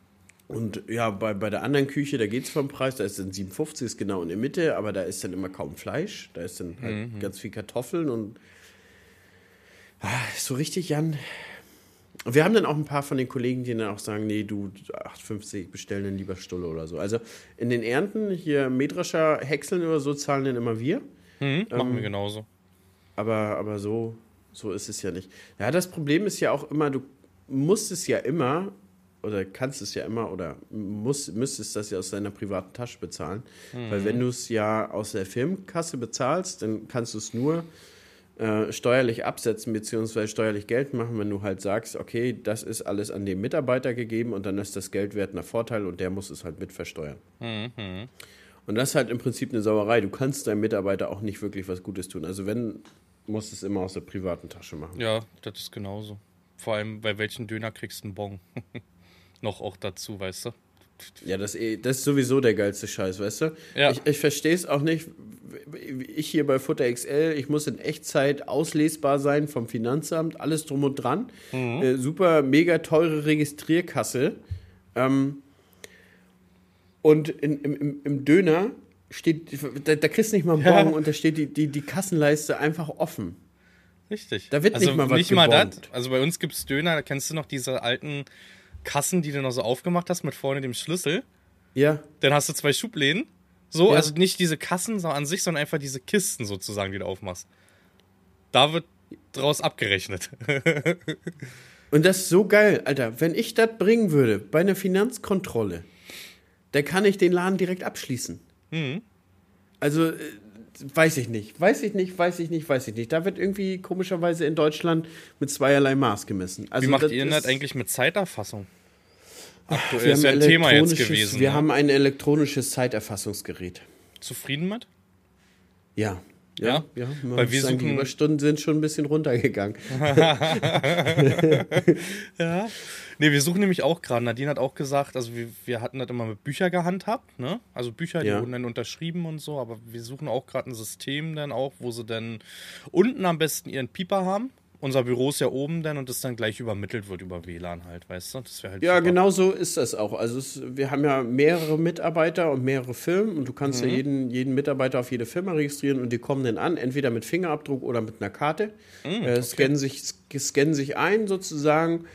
Und ja, bei, bei der anderen Küche, da geht es vom Preis, da ist dann sieben fünfzig, ist genau in der Mitte, aber da ist dann immer kaum Fleisch, da ist dann halt mhm. ganz viel Kartoffeln und ah, so richtig, Jan. Wir haben dann auch ein paar von den Kollegen, die dann auch sagen, nee, du, acht fünfzig, bestellen dann lieber Stulle oder so. Also in den Ernten, hier Mähdrescher, Häckseln oder so, zahlen dann immer wir. Mhm, machen ähm, wir genauso. Aber, aber so, so ist es ja nicht. Ja, das Problem ist ja auch immer, du musst es ja immer oder kannst es ja immer oder musst, müsstest das ja aus deiner privaten Tasche bezahlen. Mhm. Weil wenn du es ja aus der Firmenkasse bezahlst, dann kannst du es nur äh, steuerlich absetzen bzw. steuerlich Geld machen, wenn du halt sagst, okay, das ist alles an den Mitarbeiter gegeben und dann ist das Geld wert nach Vorteil und der muss es halt mit versteuern. Mhm. Und das ist halt im Prinzip eine Sauerei. Du kannst deinem Mitarbeiter auch nicht wirklich was Gutes tun. Also wenn, musst du es immer aus der privaten Tasche machen. Ja, das ist genauso. Vor allem, bei welchen Döner kriegst du einen Bon? Noch auch dazu, weißt du? Ja, das, das ist sowieso der geilste Scheiß, weißt du? Ja. Ich, ich verstehe es auch nicht. Ich hier bei Futter X L, ich muss in Echtzeit auslesbar sein vom Finanzamt, alles drum und dran. Mhm. Äh, super, mega teure Registrierkasse. Ähm, Und in, im, im, im Döner steht, da, da kriegst du nicht mal einen Ja. Bon und da steht die, die, die Kassenleiste einfach offen. Richtig. Da wird also nicht mal was nicht mal gebongt. das. Also bei uns gibt es Döner, da kennst du noch diese alten Kassen, die du noch so aufgemacht hast mit vorne dem Schlüssel. Ja. Dann hast du zwei Schubläden. So, Ja. also nicht diese Kassen so an sich, sondern einfach diese Kisten sozusagen, die du aufmachst. Da wird draus abgerechnet. Und das ist so geil, Alter. Wenn ich das bringen würde bei einer Finanzkontrolle, dann kann ich den Laden direkt abschließen. Mhm. Also, äh, weiß ich nicht. Weiß ich nicht, weiß ich nicht, weiß ich nicht. Da wird irgendwie komischerweise in Deutschland mit zweierlei Maß gemessen. Also, Wie macht das ihr denn ist- das eigentlich mit Zeiterfassung? Aktuell Wir ist haben ja ein Thema jetzt elektronisches- gewesen. Wir ne? haben ein elektronisches Zeiterfassungsgerät. Zufrieden mit? Ja. Ja? Ja, ja. Man Weil muss wir sagen, die suchen- Überstunden sind schon ein bisschen runtergegangen. Ja. Nee, wir suchen nämlich auch gerade. Nadine hat auch gesagt, also wir, wir hatten das immer mit Büchern gehandhabt, ne? Also Bücher, die Ja. wurden dann unterschrieben und so, aber wir suchen auch gerade ein System dann auch, wo sie dann unten am besten ihren Pieper haben. Unser Büro ist ja oben dann und das dann gleich übermittelt wird über W L A N halt, weißt du? Das wäre halt Ja, super. genau so ist das auch. Also es, wir haben ja mehrere Mitarbeiter und mehrere Firmen und du kannst Mhm. ja jeden, jeden Mitarbeiter auf jede Firma registrieren und die kommen dann an, entweder mit Fingerabdruck oder mit einer Karte. Mhm, äh, scannen, sich, scannen sich ein sozusagen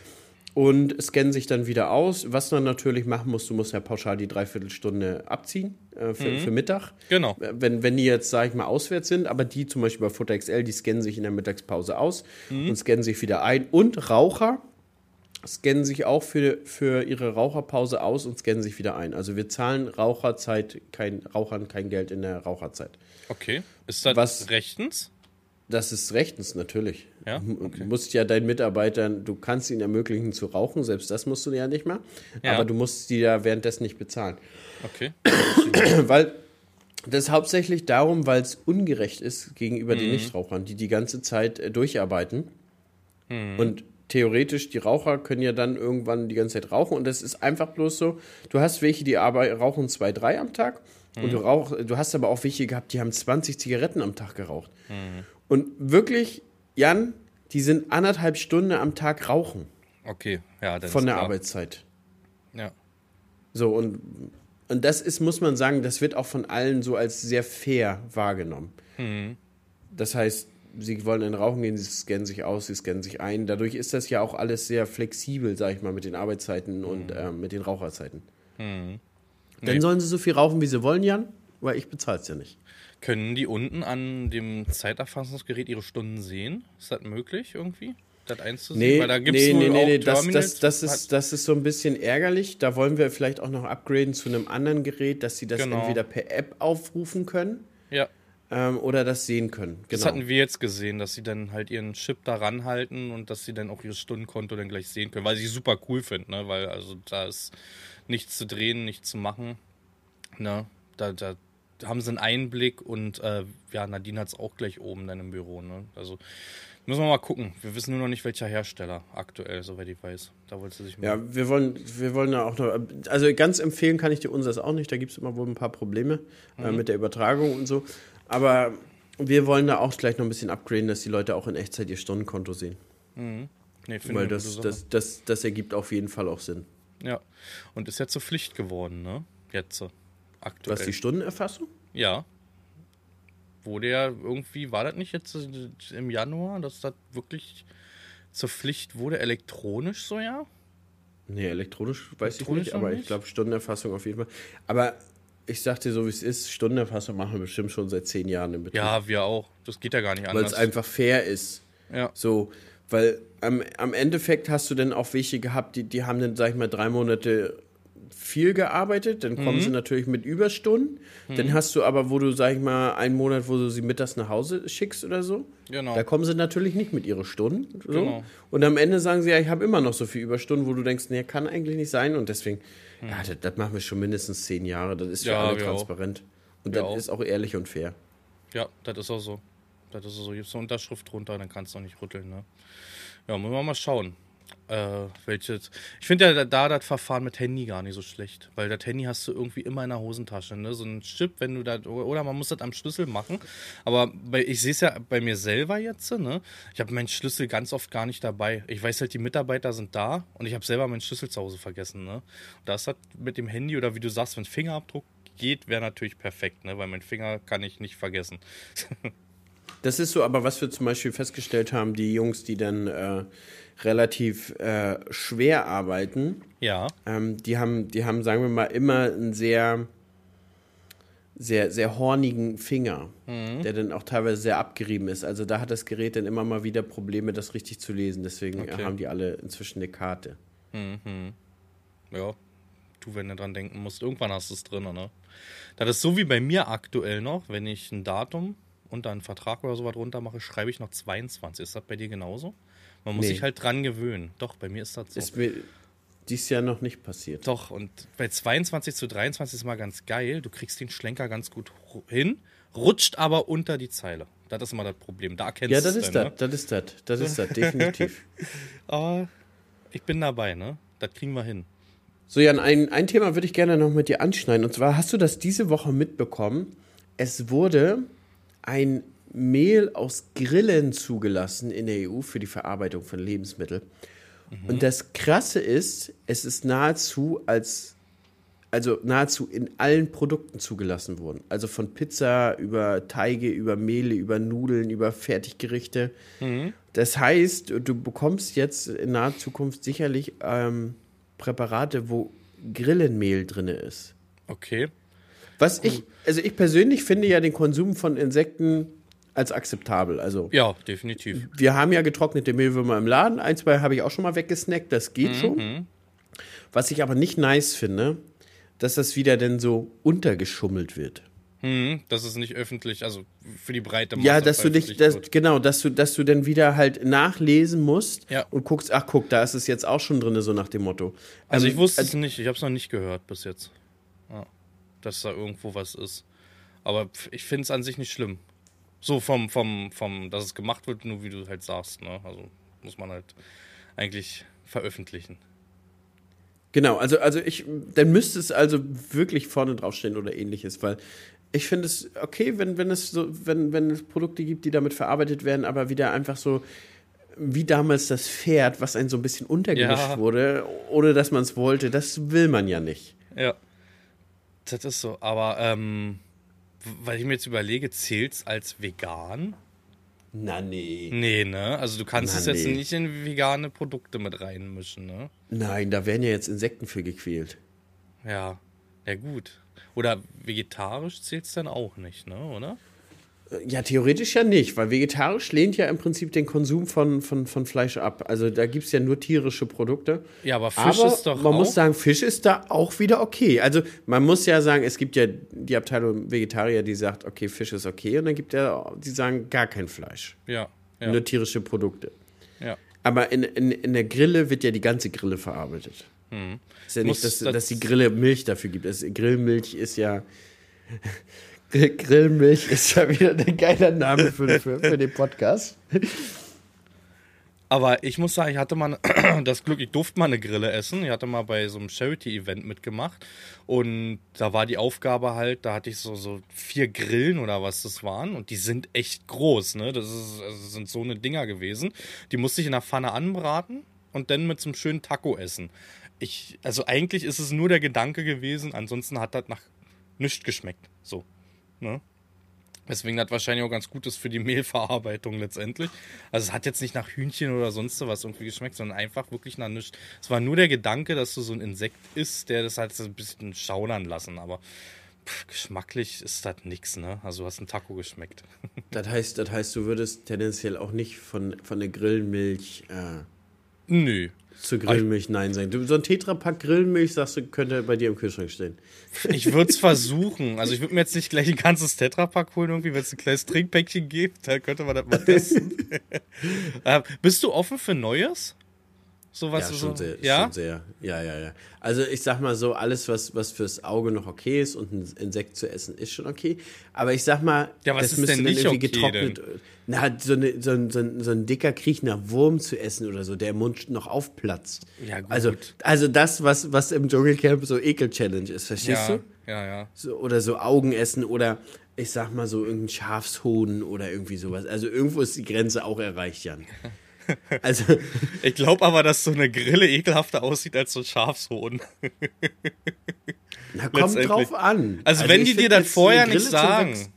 und scannen sich dann wieder aus. Was man natürlich machen muss, du musst ja pauschal die Dreiviertelstunde abziehen äh, für, für Mittag. Genau. Wenn, wenn die jetzt, sag ich mal, auswärts sind, aber die zum Beispiel bei Futter X L, die scannen sich in der Mittagspause aus und scannen sich wieder ein. Und Raucher scannen sich auch für, für ihre Raucherpause aus und scannen sich wieder ein. Also wir zahlen Raucherzeit, kein, Rauchern kein Geld in der Raucherzeit. Okay. Ist das Was- rechtens? Das ist rechtens, natürlich. Ja? Du Okay. musst ja deinen Mitarbeitern, du kannst ihnen ermöglichen zu rauchen, selbst das musst du ja nicht mal. Ja. Aber du musst die ja währenddessen nicht bezahlen. Okay. Weil das ist hauptsächlich darum, weil es ungerecht ist gegenüber Mhm. den Nichtrauchern, die die ganze Zeit äh, durcharbeiten. Mhm. Und theoretisch, die Raucher können ja dann irgendwann die ganze Zeit rauchen. Und das ist einfach bloß so, du hast welche, die arbeit- rauchen zwei, drei am Tag. Und Mhm. du, rauch, du hast aber auch welche gehabt, die haben zwanzig Zigaretten am Tag geraucht. Mhm. Und wirklich, Jan, die sind anderthalb Stunden am Tag rauchen Okay. Ja, dann von ist der klar. Arbeitszeit. Ja. So, und, und das ist, muss man sagen, das wird auch von allen so als sehr fair wahrgenommen. Mhm. Das heißt, sie wollen in Rauchen gehen, sie scannen sich aus, sie scannen sich ein. Dadurch ist das ja auch alles sehr flexibel, sag ich mal, mit den Arbeitszeiten und äh, mit den Raucherzeiten. Mhm. Dann Nee. sollen sie so viel rauchen, wie sie wollen, Jan, weil ich bezahle es ja nicht. Können die unten an dem Zeiterfassungsgerät ihre Stunden sehen? Ist das möglich irgendwie? Das einzusehen? Nee, Weil da gibt's nee, wohl nee, nee, auch nee. Das, Terminals. das, das, ist, das ist so ein bisschen ärgerlich. Da wollen wir vielleicht auch noch upgraden zu einem anderen Gerät, dass sie das Genau. entweder per App aufrufen können Ja, ähm, oder das sehen können. das Genau. hatten wir jetzt gesehen, dass sie dann halt ihren Chip da ranhalten und dass sie dann auch ihr Stundenkonto dann gleich sehen können, weil sie super cool finden, ne? Weil also da ist nichts zu drehen, nichts zu machen. Ne? Da, da haben sie einen Einblick und äh, ja, Nadine hat es auch gleich oben dann im Büro. Ne? Also müssen wir mal gucken. Wir wissen nur noch nicht, welcher Hersteller aktuell, soweit ich weiß. Da wollte sie sich mal. Ja, wir wollen, wir wollen da auch noch, also ganz empfehlen kann ich dir unseres auch nicht, da gibt es immer wohl ein paar Probleme äh, mit der Übertragung und so, aber wir wollen da auch gleich noch ein bisschen upgraden, dass die Leute auch in Echtzeit ihr Stundenkonto sehen, Mhm. Nee, finde weil ich eine das, gute Sache. das, das, das ergibt auf jeden Fall auch Sinn. Ja, und ist ja zur Pflicht geworden, ne? Jetzt so. Aktuell. Was, die Stundenerfassung? Ja. Wurde ja irgendwie, war das nicht jetzt im Januar, dass das wirklich zur Pflicht wurde, elektronisch so, ja? Nee, elektronisch weiß Elektronisch ich nicht, noch aber nicht? ich glaube Stundenerfassung auf jeden Fall. Aber ich sag dir so, wie es ist, Stundenerfassung machen wir bestimmt schon seit zehn Jahren im Betrieb. Ja, wir auch. Das geht ja gar nicht weil anders. es einfach fair ist. Ja. So, weil am, am Endeffekt hast du dann auch welche gehabt, die, die haben dann, sag ich mal, drei Monate viel gearbeitet, dann kommen Mhm. sie natürlich mit Überstunden. Dann hast du aber, wo du, sag ich mal, einen Monat, wo du sie mittags nach Hause schickst oder so, Genau. da kommen sie natürlich nicht mit ihren Stunden. So. Genau. Und am Ende sagen sie, ja, ich habe immer noch so viel Überstunden, wo du denkst, nee, kann eigentlich nicht sein. Und deswegen, ja, das, das machen wir schon mindestens zehn Jahre. Das ist für Mhm. Ja, alle wir auch. transparent. Und Wir das auch. ist auch ehrlich und fair. Ja, das ist auch so. Das ist auch so. Gibst du eine Unterschrift drunter, dann kannst du auch nicht rütteln, ne? Ja, müssen wir mal schauen. Äh, welches? Ich finde ja da, da das Verfahren mit Handy gar nicht so schlecht, weil das Handy hast du irgendwie immer in der Hosentasche, ne? So ein Chip, wenn du da, oder man muss das am Schlüssel machen. Aber bei, ich sehe es ja bei mir selber jetzt, ne? Ich habe meinen Schlüssel ganz oft gar nicht dabei. Ich weiß halt, die Mitarbeiter sind da und ich habe selber meinen Schlüssel zu Hause vergessen, ne? Und da ist das mit dem Handy oder wie du sagst, wenn Fingerabdruck geht, wäre natürlich perfekt, ne? Weil mein Finger kann ich nicht vergessen. Das ist so, aber was wir zum Beispiel festgestellt haben, die Jungs, die dann äh, relativ äh, schwer arbeiten, Ja. ähm, die haben, die haben, sagen wir mal, immer einen sehr, sehr, sehr hornigen Finger, Mhm. der dann auch teilweise sehr abgerieben ist. Also da hat das Gerät dann immer mal wieder Probleme, das richtig zu lesen. Deswegen Okay. äh, haben die alle inzwischen eine Karte. Mhm. Ja, du, wenn du dran denken musst, irgendwann hast du es drin, ne? Das ist so wie bei mir aktuell noch, wenn ich ein Datum und dann einen Vertrag oder sowas runter mache, schreibe ich noch zweiundzwanzig. Ist das bei dir genauso? Man muss Nee. sich halt dran gewöhnen. Doch, bei mir ist das so. Ist mir dieses Jahr noch nicht passiert. Doch, und bei zweiundzwanzig zu dreiundzwanzig ist mal ganz geil. Du kriegst den Schlenker ganz gut ru- hin, rutscht aber unter die Zeile. Das ist immer das Problem. Da erkennst Ja, du das es ist dann, das, das ist das, das ist das, definitiv. ne? Aber ich bin dabei, ne? Das kriegen wir hin. So, Jan, ein, ein Thema würde ich gerne noch mit dir anschneiden. Und zwar hast du das diese Woche mitbekommen. Es wurde ein Mehl aus Grillen zugelassen in der E U für die Verarbeitung von Lebensmitteln. Mhm. Und das Krasse ist, es ist nahezu als, also nahezu in allen Produkten zugelassen worden. Also von Pizza über Teige, über Mehle, über Nudeln, über Fertiggerichte. Mhm. Das heißt, du bekommst jetzt in naher Zukunft sicherlich ähm, Präparate, wo Grillenmehl drin ist. Okay. Was ich, also ich persönlich finde ja den Konsum von Insekten als akzeptabel. Also Ja, definitiv. wir haben ja getrocknete Mehlwürmer im Laden. Ein, zwei habe ich auch schon mal weggesnackt. Das geht schon. Was ich aber nicht nice finde, dass das wieder dann so untergeschummelt wird. Mhm, das ist nicht öffentlich, also für die breite Masse. Ja, dass du dich, veröffentlicht das, wird. genau, dass du, dass du dann wieder halt nachlesen musst Ja. und guckst, ach guck, da ist es jetzt auch schon drin, so nach dem Motto. Also Ähm, ich wusste es nicht, ich habe es noch nicht gehört bis jetzt. Ja, dass da irgendwo was ist. Aber pf, ich finde es an sich nicht schlimm. So vom, vom, vom, dass es gemacht wird, nur wie du halt sagst, ne? Also muss man halt eigentlich veröffentlichen. Genau, also, also ich, dann müsste es also wirklich vorne draufstehen oder ähnliches, weil ich finde es okay, wenn, wenn es so, wenn, wenn es Produkte gibt, die damit verarbeitet werden, aber wieder einfach so wie damals das Pferd, was ein so ein bisschen untergemischt Ja. wurde, ohne dass man es wollte, das will man ja nicht. Ja. Das ist so, aber ähm, w- weil ich mir jetzt überlege, zählt's als vegan? Na nee. Nee, ne? Also du kannst Na, es jetzt nee. nicht in vegane Produkte mit reinmischen, ne? Nein, da werden ja jetzt Insekten für gequält. Ja, ja gut. Oder vegetarisch zählt's dann auch nicht, ne? Oder? Ja, theoretisch ja nicht, weil vegetarisch lehnt ja im Prinzip den Konsum von, von, von Fleisch ab. Also da gibt es ja nur tierische Produkte. Ja, aber Fisch aber ist doch man auch... muss sagen, Fisch ist da auch wieder okay. Also man muss ja sagen, es gibt ja die Abteilung Vegetarier, die sagt, okay, Fisch ist okay. Und dann gibt ja, die sagen, gar kein Fleisch. Ja, ja, Nur tierische Produkte. ja. Aber in, in, in der Grille wird ja die ganze Grille verarbeitet. Hm. Ist ja Muss nicht, dass, das- dass die Grille Milch dafür gibt. Das, Grillmilch ist ja... Grillmilch ist ja wieder ein geiler Name für, für, für den Podcast. Aber ich muss sagen, ich hatte mal das Glück, ich durfte mal eine Grille essen. Ich hatte mal bei so einem Charity-Event mitgemacht. Und da war die Aufgabe halt, da hatte ich so, so vier Grillen oder was das waren. Und die sind echt groß, ne? Das ist, also sind so eine Dinger gewesen. Die musste ich in der Pfanne anbraten und dann mit so einem schönen Taco essen. Ich, also eigentlich ist es nur der Gedanke gewesen, ansonsten hat das nach nichts geschmeckt. So, ne? Deswegen hat wahrscheinlich auch ganz gut ist für die Mehlverarbeitung letztendlich. Also es hat jetzt nicht nach Hühnchen oder sonst was irgendwie geschmeckt, sondern einfach wirklich nach nichts. Es war nur der Gedanke, dass du so ein Insekt isst, der das halt so ein bisschen schaudern lassen. Aber pff, geschmacklich ist das nix, ne? Also du hast einen Taco geschmeckt. Das heißt, das heißt, du würdest tendenziell auch nicht von, von der Grillmilch äh, Nö. zur Grillmilch Nein sagen. Du, so ein Tetrapack Grillmilch, sagst du, könnte bei dir im Kühlschrank stehen. Ich würde es versuchen. Also ich würde mir jetzt nicht gleich ein ganzes Tetrapack holen, irgendwie, wenn es ein kleines Trinkpäckchen gibt, dann könnte man das mal testen. äh, bist du offen für Neues? So was ja, so, schon sehr, ja? schon sehr. Ja, ja, ja. Also ich sag mal so, alles, was, was fürs Auge noch okay ist und ein Insekt zu essen, ist schon okay. Aber ich sag mal, Ja, was das ist müsste denn dann nicht irgendwie okay getrocknet. denn? Na, so, eine, so, ein, so, ein, so ein dicker, kriechender Wurm zu essen oder so, der im Mund noch aufplatzt. Ja, gut. Also, also das, was, was im Dschungelcamp so Ekel-Challenge ist, verstehst Ja, du? ja, ja. So, oder so Augen essen oder ich sag mal so irgendein Schafshoden oder irgendwie sowas. Also irgendwo ist die Grenze auch erreicht, Jan. Also, Ich glaube aber, dass so eine Grille ekelhafter aussieht als so ein Schafshoden. na, kommt drauf an. Also, wenn ich die dir find das jetzt vorher eine nicht Grille zum sagen, Wechseln-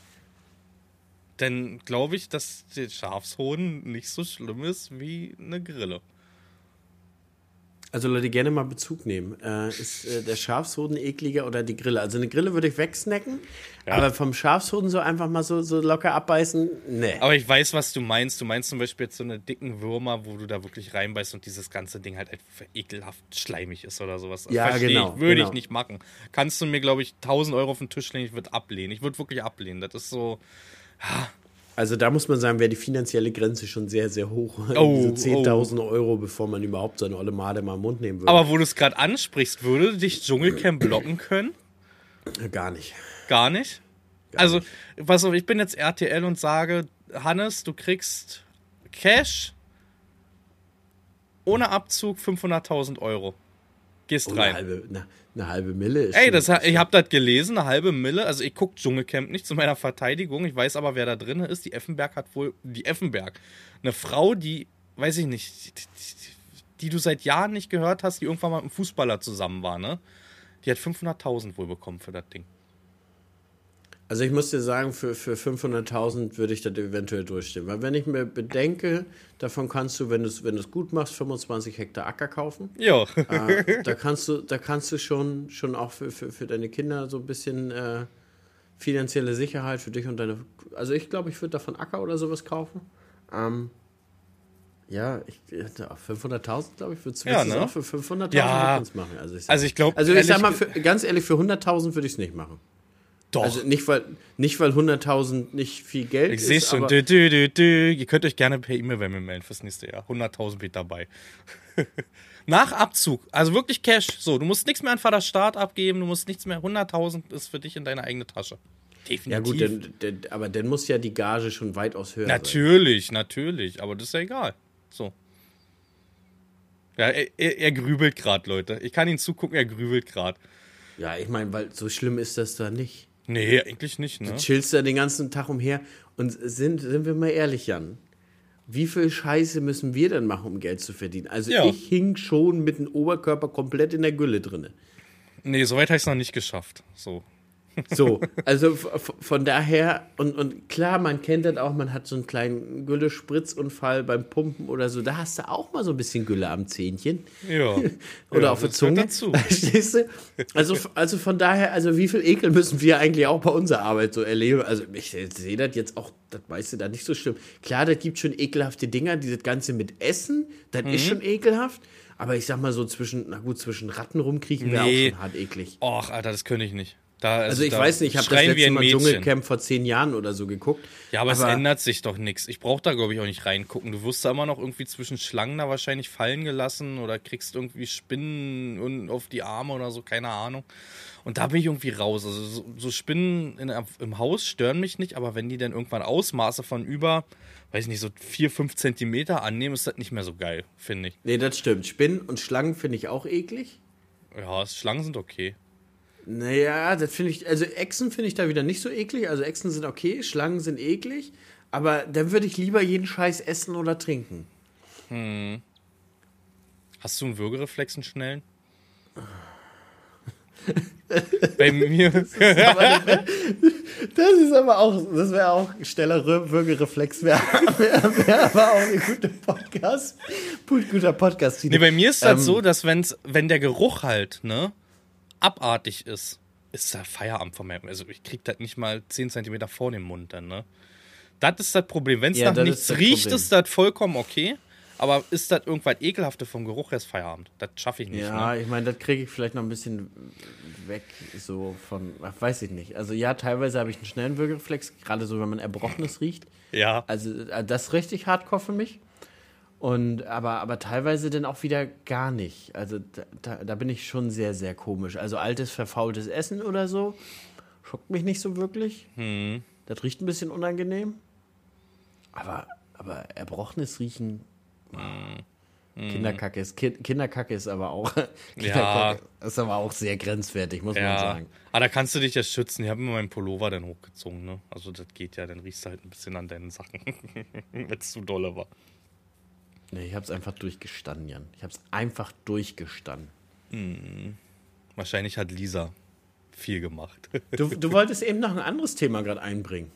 dann glaube ich, dass der Schafshoden nicht so schlimm ist wie eine Grille. Also Leute, gerne mal Bezug nehmen. Äh, ist äh, der Schafshoden ekliger oder die Grille? Also eine Grille würde ich wegsnacken, Ja. aber vom Schafshoden so einfach mal so, so locker abbeißen, nee. Aber ich weiß, was du meinst. Du meinst zum Beispiel jetzt so eine dicken Würmer, wo du da wirklich reinbeißt und dieses ganze Ding halt einfach ekelhaft schleimig ist oder sowas. Ja, Versteh genau, ich, würde genau. ich nicht machen. Kannst du mir, glaube ich, tausend Euro auf den Tisch legen, ich würde ablehnen. Ich würde wirklich ablehnen. Das ist so... Also da muss man sagen, wäre die finanzielle Grenze schon sehr, sehr hoch. Oh, so zehntausend Euro, bevor man überhaupt so eine olle Made mal im Mund nehmen würde. Aber wo du es gerade ansprichst, würde dich Dschungelcamp blocken können? Gar nicht. Gar nicht? Gar also, nicht. pass auf, ich bin jetzt R T L und sage, Hannes, du kriegst Cash ohne Abzug fünfhunderttausend Euro. Gehst Oh, eine, rein. halbe, eine, eine halbe Mille ist Ey, schon- das, ha- ich habe das gelesen, eine halbe Mille. Also ich gucke Dschungelcamp nicht zu meiner Verteidigung. Ich weiß aber, wer da drin ist. Die Effenberg hat wohl, die Effenberg, eine Frau, die, weiß ich nicht, die, die, die du seit Jahren nicht gehört hast, die irgendwann mal mit einem Fußballer zusammen war, ne? Die hat fünfhunderttausend wohl bekommen für das Ding. Also ich muss dir sagen, für, für fünfhunderttausend würde ich das eventuell durchstehen. Weil wenn ich mir bedenke, davon kannst du, wenn du es wenn du's gut machst, fünfundzwanzig Hektar Acker kaufen. Ja. äh, da kannst du, da kannst du schon, schon auch für, für, für deine Kinder so ein bisschen äh, finanzielle Sicherheit für dich und deine... Also ich glaube, ich würde davon Acker oder sowas kaufen. Ähm, ja, ich, ja, fünfhunderttausend, glaube ich, würdest du Ja, es ne? auch für fünfhunderttausend Ja. würdest du es machen. Also ich, sag- Also ich glaube, also ich sag mal, für, ganz ehrlich, für hunderttausend würde ich es nicht machen. doch. Also nicht, weil, nicht, weil hunderttausend nicht viel Geld Ich ist. sehe schon. aber- Dü, dü, dü, dü. Ihr könnt euch gerne per E-Mail bei mir melden fürs nächste Jahr. hunderttausend bin dabei. Nach Abzug. Also wirklich Cash. So, du musst nichts mehr an Vater Staat abgeben. Du musst nichts mehr. hunderttausend ist für dich in deine eigene Tasche. Definitiv. Ja gut, denn, denn, aber dann muss ja die Gage schon weitaus höher sein. Natürlich, natürlich. Aber das ist ja egal. So. Ja, er, er, er grübelt gerade, Leute. Ich kann ihn zugucken, er grübelt gerade. Ja, ich meine, weil so schlimm ist das da nicht. Nee, eigentlich nicht, ne? Du chillst da den ganzen Tag umher und sind, sind wir mal ehrlich, Jan, wie viel Scheiße müssen wir denn machen, um Geld zu verdienen? Also Ja. ich hing schon mit dem Oberkörper komplett in der Gülle drinne. Nee, soweit habe ich es noch nicht geschafft. So. So, also v- v- von daher, und, und klar, man kennt das auch, man hat so einen kleinen Gülle-Spritzunfall beim Pumpen oder so, da hast du auch mal so ein bisschen Gülle am Zähnchen. Ja. Oder Ja, auf der das gehört Zunge. dazu. Verstehst du? Also, also von daher, also wie viel Ekel müssen wir eigentlich auch bei unserer Arbeit so erleben? Also ich sehe das jetzt auch, das meiste da nicht so schlimm. Klar, das gibt schon ekelhafte Dinger, dieses Ganze mit Essen, das ist schon ekelhaft. Aber ich sag mal so zwischen, na gut, zwischen Ratten rumkriechen wäre Nee. auch schon hart eklig. Och, Alter, das könnte ich nicht. Da, Also ich da weiß nicht, ich habe das schreien wir letzte ein Mal Mädchen. Dschungelcamp vor zehn Jahren oder so geguckt. Ja, aber, es ändert sich doch nichts. Ich brauche da, glaube ich, auch nicht reingucken. Du wirst da immer noch irgendwie zwischen Schlangen da wahrscheinlich fallen gelassen oder kriegst irgendwie Spinnen und auf die Arme oder so, keine Ahnung. Und da bin ich irgendwie raus. Also so, so Spinnen in, im Haus stören mich nicht, aber wenn die dann irgendwann Ausmaße von über, weiß ich nicht, so vier, fünf Zentimeter annehmen, ist das nicht mehr so geil, finde ich. Nee, das stimmt. Spinnen und Schlangen finde ich auch eklig. Ja, Schlangen sind okay. Naja, das finde ich, also Echsen finde ich da wieder nicht so eklig. Also Echsen sind okay, Schlangen sind eklig. Aber dann würde ich lieber jeden Scheiß essen oder trinken. Hast du einen Würgereflex, einen schnellen? Bei mir. Das ist aber auch, das wäre auch schneller Würgereflex, wäre wär, wär aber auch ein guter Podcast. Guter Podcast. Nee, bei mir ist das Ähm, so, dass wenn's, wenn der Geruch halt, ne, abartig ist, ist da Feierabend von mir. Also ich krieg das nicht mal zehn Zentimeter vor dem Mund dann, ne. Das ist das Problem. Wenn es Ja, nach das nichts ist das riecht, Problem. ist das vollkommen okay. Aber ist das irgendwas Ekelhaftes vom Geruch, ist Feierabend. Das schaffe ich nicht, Ja, ne. ich meine, das kriege ich vielleicht noch ein bisschen weg, so von, ach, weiß ich nicht. Also ja, teilweise habe ich einen schnellen Würgereflex, gerade so, wenn man Erbrochenes riecht. Ja. Also äh, das ist richtig hardcore für mich. Und aber, aber teilweise dann auch wieder gar nicht. Also da, da, da bin ich schon sehr, sehr komisch. Also altes, verfaultes Essen oder so schockt mich nicht so wirklich. Hm. Das riecht ein bisschen unangenehm. Aber, aber erbrochenes Riechen. Hm. Kinderkacke ist, Ki- Kinderkacke ist aber auch Ja. Kinderkacke ist aber auch sehr grenzwertig, muss man Ja, sagen. aber da kannst du dich ja schützen. Ich habe immer meinen Pullover dann hochgezogen, ne? Also das geht ja, dann riechst du halt ein bisschen an deinen Sachen, wenn es zu dolle war. Nee, ich hab's einfach durchgestanden, Jan. Ich hab's einfach durchgestanden. Wahrscheinlich hat Lisa viel gemacht. Du, du wolltest eben noch ein anderes Thema gerade einbringen.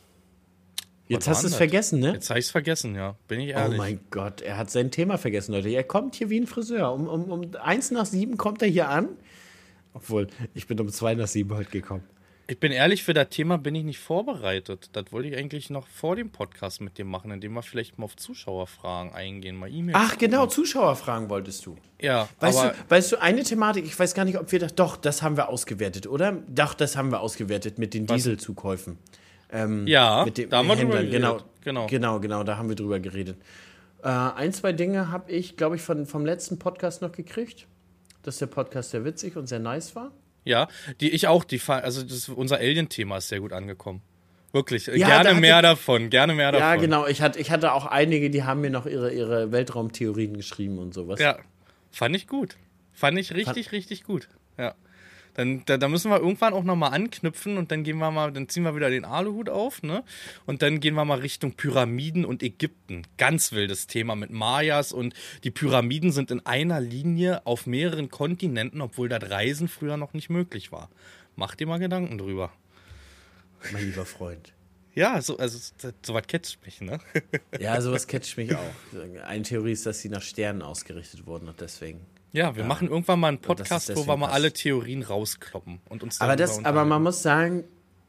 Jetzt Was hast war du es denn das? vergessen, ne? Jetzt habe ich es vergessen, ja. Bin ich Oh ehrlich. mein Gott, er hat sein Thema vergessen, Leute. Er kommt hier wie ein Friseur. Um, um, um eins nach sieben kommt er hier an. Obwohl, ich bin um zwei nach sieben heute gekommen. Ich bin ehrlich, für das Thema bin ich nicht vorbereitet. Das wollte ich eigentlich noch vor dem Podcast mit dir machen, indem wir vielleicht mal auf Zuschauerfragen eingehen, mal E-Mails. Ach genau, Zuschauerfragen wolltest du. Ja, Weißt aber du, weißt du, eine Thematik, ich weiß gar nicht, ob wir das, doch, das haben wir ausgewertet, oder? Doch, das haben wir ausgewertet mit den Was? Dieselzukäufen. Ähm, ja, mit den da haben wir drüber Händlern, genau, geredet. Genau. genau, genau, da haben wir drüber geredet. Äh, ein, zwei Dinge habe ich, glaube ich, von, vom letzten Podcast noch gekriegt, dass der Podcast sehr witzig und sehr nice war. Ja, die ich auch, die fa- also das, unser Alien-Thema ist sehr gut angekommen. Wirklich, äh, Ja, da gerne hatte- mehr davon, gerne mehr davon. Ja, genau, ich hatte, ich hatte auch einige, die haben mir noch ihre, ihre Weltraumtheorien geschrieben und sowas. Ja, fand ich gut. Fand ich richtig, richtig gut. Ja. Dann, da, da müssen wir irgendwann auch nochmal anknüpfen und dann gehen wir mal, dann ziehen wir wieder den Aluhut auf, ne? Und dann gehen wir mal Richtung Pyramiden und Ägypten. Ganz wildes Thema mit Mayas und die Pyramiden sind in einer Linie auf mehreren Kontinenten, obwohl das Reisen früher noch nicht möglich war. Mach dir mal Gedanken drüber. Mein lieber Freund. Ja, so, also so was catcht mich, ne? Ja, sowas catcht mich auch. Eine Theorie ist, dass sie nach Sternen ausgerichtet wurden und deswegen. Ja, wir machen irgendwann mal einen das ist Podcast, wo deswegen wir mal passt. alle Theorien rauskloppen und uns Aber, darüber das, aber man unterhalten. muss sagen,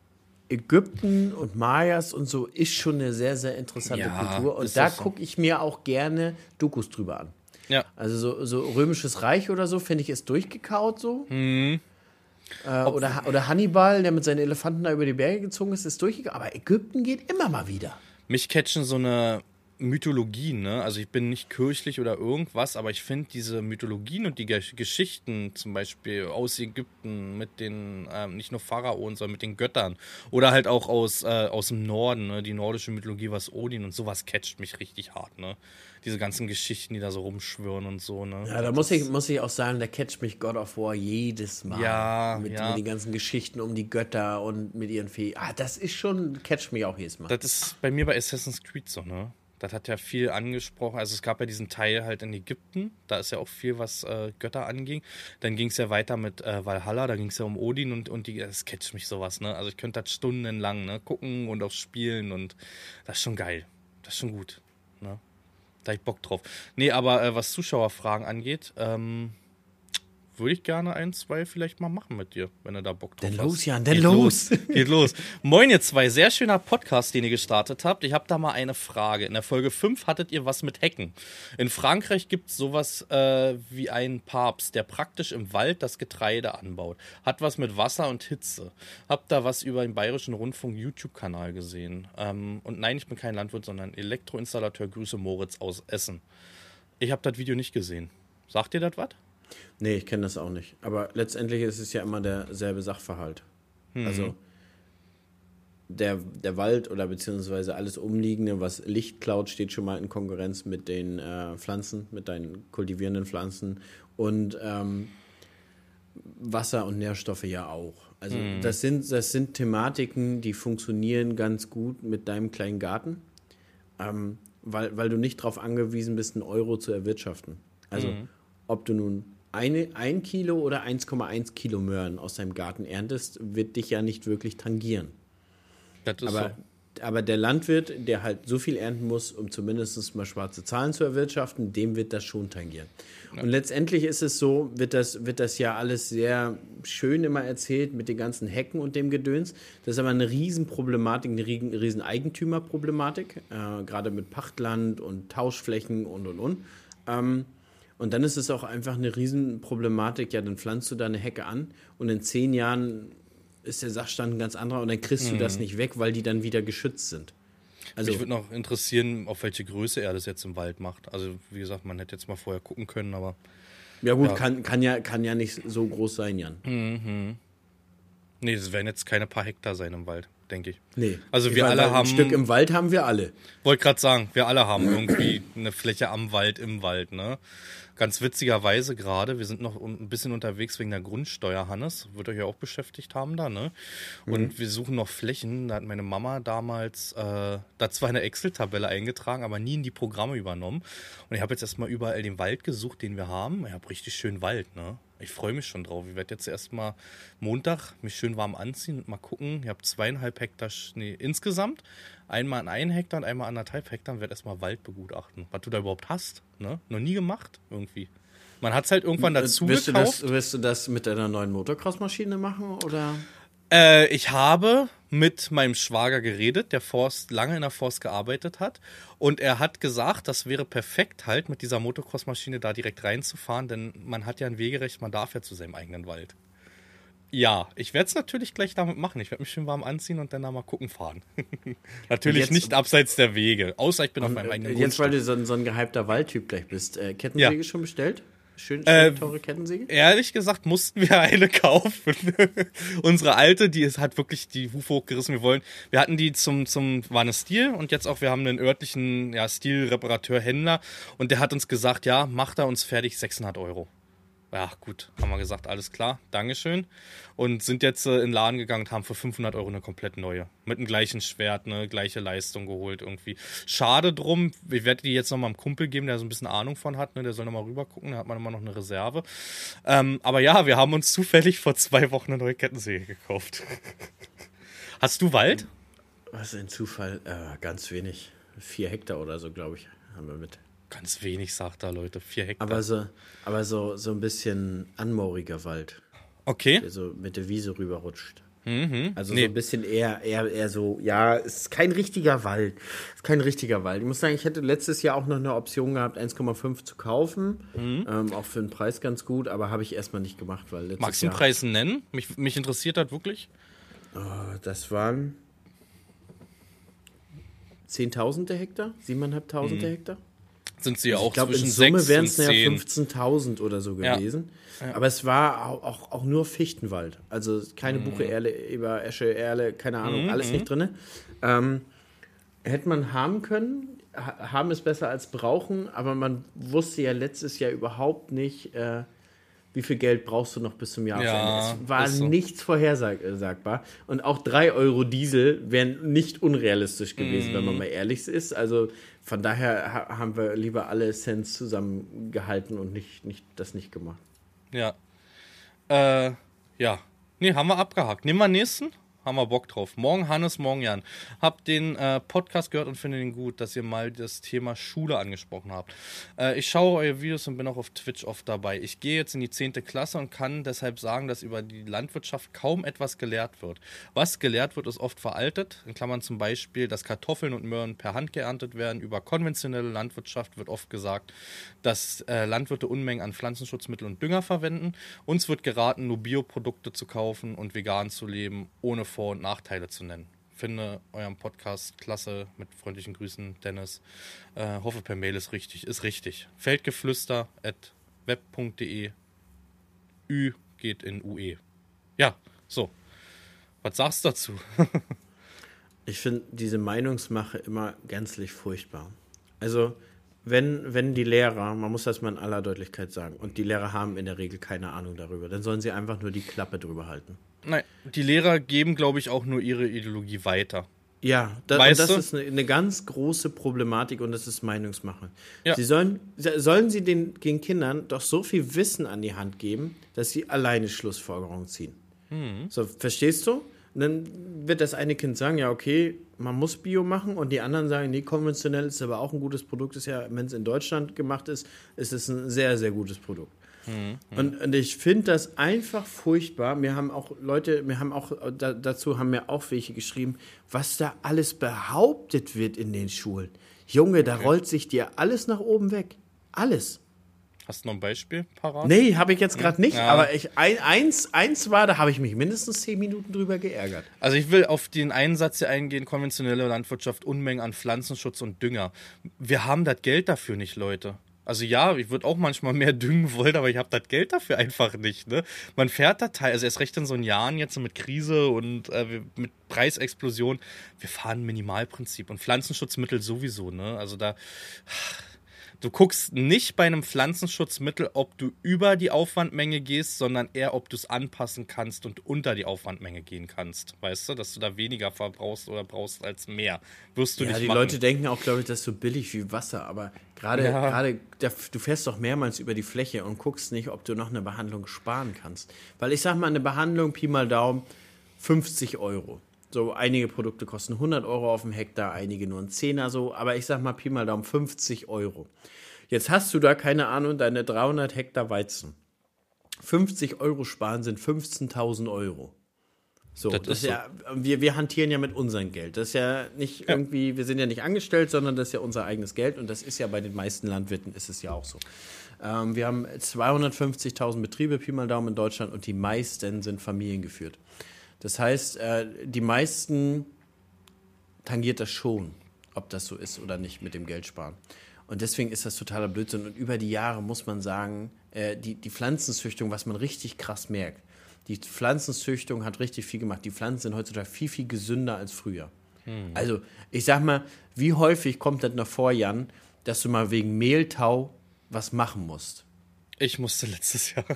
Ägypten und Mayas und so ist schon eine sehr, sehr interessante Ja, Kultur. Und ist da das so. gucke ich mir auch gerne Dokus drüber an. Ja. Also so, so Römisches Reich oder so, finde ich, ist durchgekaut so. Mhm. Äh, oder, oder Hannibal, der mit seinen Elefanten da über die Berge gezogen ist, ist durchgekaut. Aber Ägypten geht immer mal wieder. Mich catchen so eine Mythologien, ne? Also ich bin nicht kirchlich oder irgendwas, aber ich finde diese Mythologien und die Ge- Geschichten zum Beispiel aus Ägypten mit den, ähm, nicht nur Pharaonen, sondern mit den Göttern oder halt auch aus, äh, aus dem Norden, ne? Die nordische Mythologie, was Odin und sowas catcht mich richtig hart, ne? Diese ganzen Geschichten, die da so rumschwirren und so, ne? Ja, da muss ich, muss ich auch sagen, da catcht mich God of War jedes Mal. Ja, mit, ja. mit den ganzen Geschichten um die Götter und mit ihren Feen. Ah, das ist schon, catcht mich auch jedes Mal. Das ist bei mir bei Assassin's Creed so, ne? Das hat ja viel angesprochen. Also es gab ja diesen Teil halt in Ägypten. Da ist ja auch viel, was äh, Götter anging. Dann ging es ja weiter mit äh, Valhalla. Da ging es ja um Odin und, und die, das catcht mich sowas, ne? Also ich könnte das stundenlang, ne? Gucken und auch spielen und das ist schon geil. Das ist schon gut, ne? Da hab ich Bock drauf. Nee, aber äh, was Zuschauerfragen angeht, ähm, würde ich gerne ein, zwei vielleicht mal machen mit dir, wenn du da Bock drauf Denn hast. los, Jan, denn Geht los. Geht los. Moin ihr zwei, sehr schöner Podcast, den ihr gestartet habt. Ich habe da mal eine Frage. In der Folge fünf hattet ihr was mit Hecken. In Frankreich gibt es sowas äh, wie einen Papst, der praktisch im Wald das Getreide anbaut. Hat was mit Wasser und Hitze. Hab da was über den Bayerischen Rundfunk YouTube-Kanal gesehen. Ähm, und nein, ich bin kein Landwirt, sondern Elektroinstallateur. Grüße Moritz aus Essen. Ich habe das Video nicht gesehen. Sagt ihr das was? Nee, ich kenne das auch nicht. Aber letztendlich ist es ja immer derselbe Sachverhalt. Also der, der Wald oder beziehungsweise alles Umliegende, was Licht klaut, steht schon mal in Konkurrenz mit den äh, Pflanzen, mit deinen kultivierenden Pflanzen und ähm, Wasser und Nährstoffe ja auch. Also das sind, das sind Thematiken, die funktionieren ganz gut mit deinem kleinen Garten, ähm, weil, weil du nicht darauf angewiesen bist, einen Euro zu erwirtschaften. Also ob du nun eine, ein Kilo oder eins Komma eins Kilo Möhren aus deinem Garten erntest, wird dich ja nicht wirklich tangieren. Das ist Aber, so. aber der Landwirt, der halt so viel ernten muss, um zumindest mal schwarze Zahlen zu erwirtschaften, dem wird das schon tangieren. Und letztendlich ist es so, wird das, wird das ja alles sehr schön immer erzählt mit den ganzen Hecken und dem Gedöns. Das ist aber eine Riesenproblematik, eine riesen, riesen Eigentümerproblematik, äh, gerade mit Pachtland und Tauschflächen und, und, und. Ähm, Und dann ist es auch einfach eine Riesenproblematik. Ja, dann pflanzt du da eine Hecke an und in zehn Jahren ist der Sachstand ein ganz anderer und dann kriegst du das nicht weg, weil die dann wieder geschützt sind. Also, Mich würde noch interessieren, auf welche Größe er das jetzt im Wald macht. Also wie gesagt, man hätte jetzt mal vorher gucken können, aber... Ja gut, Ja. Kann, kann, ja, kann ja nicht so groß sein, Jan. Mhm. Nee, das werden jetzt keine paar Hektar sein im Wald, denke ich. Nee. Also Ich wir weiß, alle ein haben... Stück im Wald haben wir alle. Wollte gerade sagen, wir alle haben irgendwie eine Fläche am Wald, im Wald, ne? Ganz witzigerweise gerade, wir sind noch ein bisschen unterwegs wegen der Grundsteuer, Hannes, wird euch ja auch beschäftigt haben da, ne? Und mhm. wir suchen noch Flächen, da hat meine Mama damals äh, da zwar eine Excel-Tabelle eingetragen, aber nie in die Programme übernommen. Und ich habe jetzt erstmal überall den Wald gesucht, den wir haben. Ich habe richtig schön Wald, ne? Ich freue mich schon drauf. Ich werde jetzt erstmal Montag mich schön warm anziehen und mal gucken. Ich habe zweieinhalb Hektar Schnee insgesamt. Einmal an einen Hektar und einmal anderthalb Hektar und werde erstmal Wald begutachten. Was du da überhaupt hast, ne? Noch nie gemacht, irgendwie. Man hat es halt irgendwann dazu willst gekauft. Du das, willst du das mit deiner neuen Motocross-Maschine machen, oder? Äh, ich habe mit meinem Schwager geredet, der Forst, lange in der Forst gearbeitet hat. Und er hat gesagt, das wäre perfekt halt mit dieser Motocross-Maschine da direkt reinzufahren, denn man hat ja ein Wegerecht, man darf ja zu seinem eigenen Wald. Ja, ich werde es natürlich gleich damit machen. Ich werde mich schön warm anziehen und dann da mal gucken fahren. Natürlich jetzt, nicht abseits der Wege, außer ich bin auf meinem eigenen Jetzt, weil Grundstück. du so, ein- so ein gehypter Waldtyp gleich bist, äh, Kettensäge Ja. schon bestellt? Schön, schön Äh, teure Kettensäge? Ehrlich gesagt mussten wir eine kaufen. Unsere alte, die ist, hat wirklich die Hufe hochgerissen. Wir wollen, wir hatten die zum, zum, war eine Stil und jetzt auch, wir haben einen örtlichen, ja, Stil-Reparateur-Händler und der hat uns gesagt, ja, macht er uns fertig, sechshundert Euro. Ja, gut, haben wir gesagt, alles klar, Dankeschön. Und sind jetzt äh, in den Laden gegangen und haben für fünfhundert Euro eine komplett neue. Mit dem gleichen Schwert, eine gleiche Leistung geholt irgendwie. Schade drum, ich werde die jetzt nochmal einem Kumpel geben, der so ein bisschen Ahnung von hat, ne? Der soll nochmal rüber gucken, da hat man immer noch eine Reserve. Ähm, aber ja, wir haben uns zufällig vor zwei Wochen eine neue Kettensäge gekauft. Hast du Wald? Was ein Zufall. Äh, ganz wenig. Vier Hektar oder so, glaube ich, haben wir mit. Ganz wenig, sagt er, Leute. Vier Hektar. Aber so, aber so, so ein bisschen anmauriger Wald, Okay. der so mit der Wiese rüberrutscht. Mhm. Also Nee. so ein bisschen eher, eher, eher so, ja, es ist kein richtiger Wald. Es ist kein richtiger Wald. Ich muss sagen, ich hätte letztes Jahr auch noch eine Option gehabt, eins Komma fünf zu kaufen. Mhm. Ähm, auch für den Preis ganz gut, aber habe ich erstmal nicht gemacht, weil letztes Magst du einen Jahr, Preis nennen? Mich, mich interessiert das wirklich. Oh, das waren zehntausend der Hektar, siebentausendfünfhundert Mhm. der Hektar. Sind sie ja Also auch ich glaube, in zwischen Summe sechs wären und es ja zehn. fünfzehntausend oder so Ja. gewesen. Ja. Aber es war auch, auch, auch nur Fichtenwald. Also keine Mhm. Buche, Erle, Eber, Esche, Erle, keine Ahnung, alles nicht drin. Ähm, hätte man haben können. Ha- Haben ist besser als brauchen, aber man wusste ja letztes Jahr überhaupt nicht, äh, wie viel Geld brauchst du noch bis zum Jahresende. Ja, es war ist so. nichts vorhersagbar. Und auch drei Euro Diesel wären nicht unrealistisch gewesen, wenn man mal ehrlich ist. Also von daher ha- haben wir lieber alle Cents zusammengehalten und nicht, nicht, das nicht gemacht. Ja. Äh, ja. Nee, haben wir abgehakt. Nehmen wir nächsten. Haben wir Bock drauf. Morgen Hannes, morgen Jan. Hab den äh, Podcast gehört und finde den gut, dass ihr mal das Thema Schule angesprochen habt. Äh, ich schaue eure Videos und bin auch auf Twitch oft dabei. Ich gehe jetzt in die zehnte Klasse und kann deshalb sagen, dass über die Landwirtschaft kaum etwas gelehrt wird. Was gelehrt wird, ist oft veraltet. In Klammern zum Beispiel, dass Kartoffeln und Möhren per Hand geerntet werden. Über konventionelle Landwirtschaft wird oft gesagt, dass äh, Landwirte Unmengen an Pflanzenschutzmittel und Dünger verwenden. Uns wird geraten, nur Bioprodukte zu kaufen und vegan zu leben, ohne Vor- und Nachteile zu nennen. Finde euren Podcast klasse. Mit freundlichen Grüßen, Dennis. Äh, hoffe, per Mail ist richtig. Ist richtig. Feldgeflüster at web punkt de. Ü geht in U E. Ja, so. Was sagst du dazu? Ich finde diese Meinungsmache immer gänzlich furchtbar. Also, wenn, wenn die Lehrer, man muss das mal in aller Deutlichkeit sagen, und die Lehrer haben in der Regel keine Ahnung darüber, dann sollen sie einfach nur die Klappe drüber halten. Nein, die Lehrer geben, glaube ich, auch nur ihre Ideologie weiter. Ja, da, und Weißt das du? ist eine, eine ganz große Problematik und das ist Meinungsmache. Ja. Sie sollen, sollen sie den, den Kindern doch so viel Wissen an die Hand geben, dass sie alleine Schlussfolgerungen ziehen. Mhm. So, verstehst du? Und dann wird das eine Kind sagen, ja, okay, man muss Bio machen und die anderen sagen, nee, konventionell ist aber auch ein gutes Produkt, ist ja, wenn es in Deutschland gemacht ist, ist es ein sehr, sehr gutes Produkt. Mhm. Und, und ich finde das einfach furchtbar. Mir haben auch Leute, mir haben auch da, dazu haben mir auch welche geschrieben, was da alles behauptet wird in den Schulen. Junge, da rollt sich dir alles nach oben weg. Alles. Hast du noch ein Beispiel parat? Nee, habe ich jetzt gerade nicht, Ja. aber ich, ein, eins, eins war, da habe ich mich mindestens zehn Minuten drüber geärgert. Also ich will auf den Einsatz hier eingehen, konventionelle Landwirtschaft, Unmengen an Pflanzenschutz und Dünger. Wir haben das Geld dafür nicht, Leute. Also ja, ich würde auch manchmal mehr düngen wollen, aber ich habe das Geld dafür einfach nicht. Ne? Man fährt da teil, also erst recht in so einen Jahren jetzt mit Krise und äh, wir- mit Preisexplosion. Wir fahren Minimalprinzip und Pflanzenschutzmittel sowieso. Ne? Also da, du guckst nicht bei einem Pflanzenschutzmittel, ob du über die Aufwandmenge gehst, sondern eher, ob du es anpassen kannst und unter die Aufwandmenge gehen kannst. Weißt du, dass du da weniger verbrauchst oder brauchst als mehr. Wirst du Ja, nicht die machen. Leute denken auch, glaube ich, das ist so billig wie Wasser, aber gerade, Ja. gerade, der- du fährst doch mehrmals über die Fläche und guckst nicht, ob du noch eine Behandlung sparen kannst. Weil ich sag mal, eine Behandlung, Pi mal Daumen, fünfzig Euro. So, einige Produkte kosten hundert Euro auf dem Hektar, einige nur ein Zehner so, aber ich sag mal, Pi mal Daumen, fünfzig Euro. Jetzt hast du da, keine Ahnung, deine dreihundert Hektar Weizen. fünfzig Euro sparen sind fünfzehntausend Euro. So, Das das, ist ist ja, wir, wir hantieren ja mit unserem Geld. Das ist ja nicht irgendwie, wir sind ja nicht angestellt, sondern das ist ja unser eigenes Geld und das ist ja bei den meisten Landwirten ist es ja auch so. Ähm, wir haben zweihundertfünfzigtausend Betriebe, Pi mal Daumen in Deutschland und die meisten sind familiengeführt. Das heißt, äh, die meisten tangiert das schon, ob das so ist oder nicht mit dem Geld sparen. Und deswegen ist das totaler Blödsinn. Und über die Jahre muss man sagen, äh, die, die Pflanzenzüchtung, was man richtig krass merkt, die Pflanzenzüchtung hat richtig viel gemacht. Die Pflanzen sind heutzutage viel, viel gesünder als früher. Hm. Also, ich sag mal, wie häufig kommt das noch vor, Jan, dass du mal wegen Mehltau was machen musst? Ich musste letztes Jahr.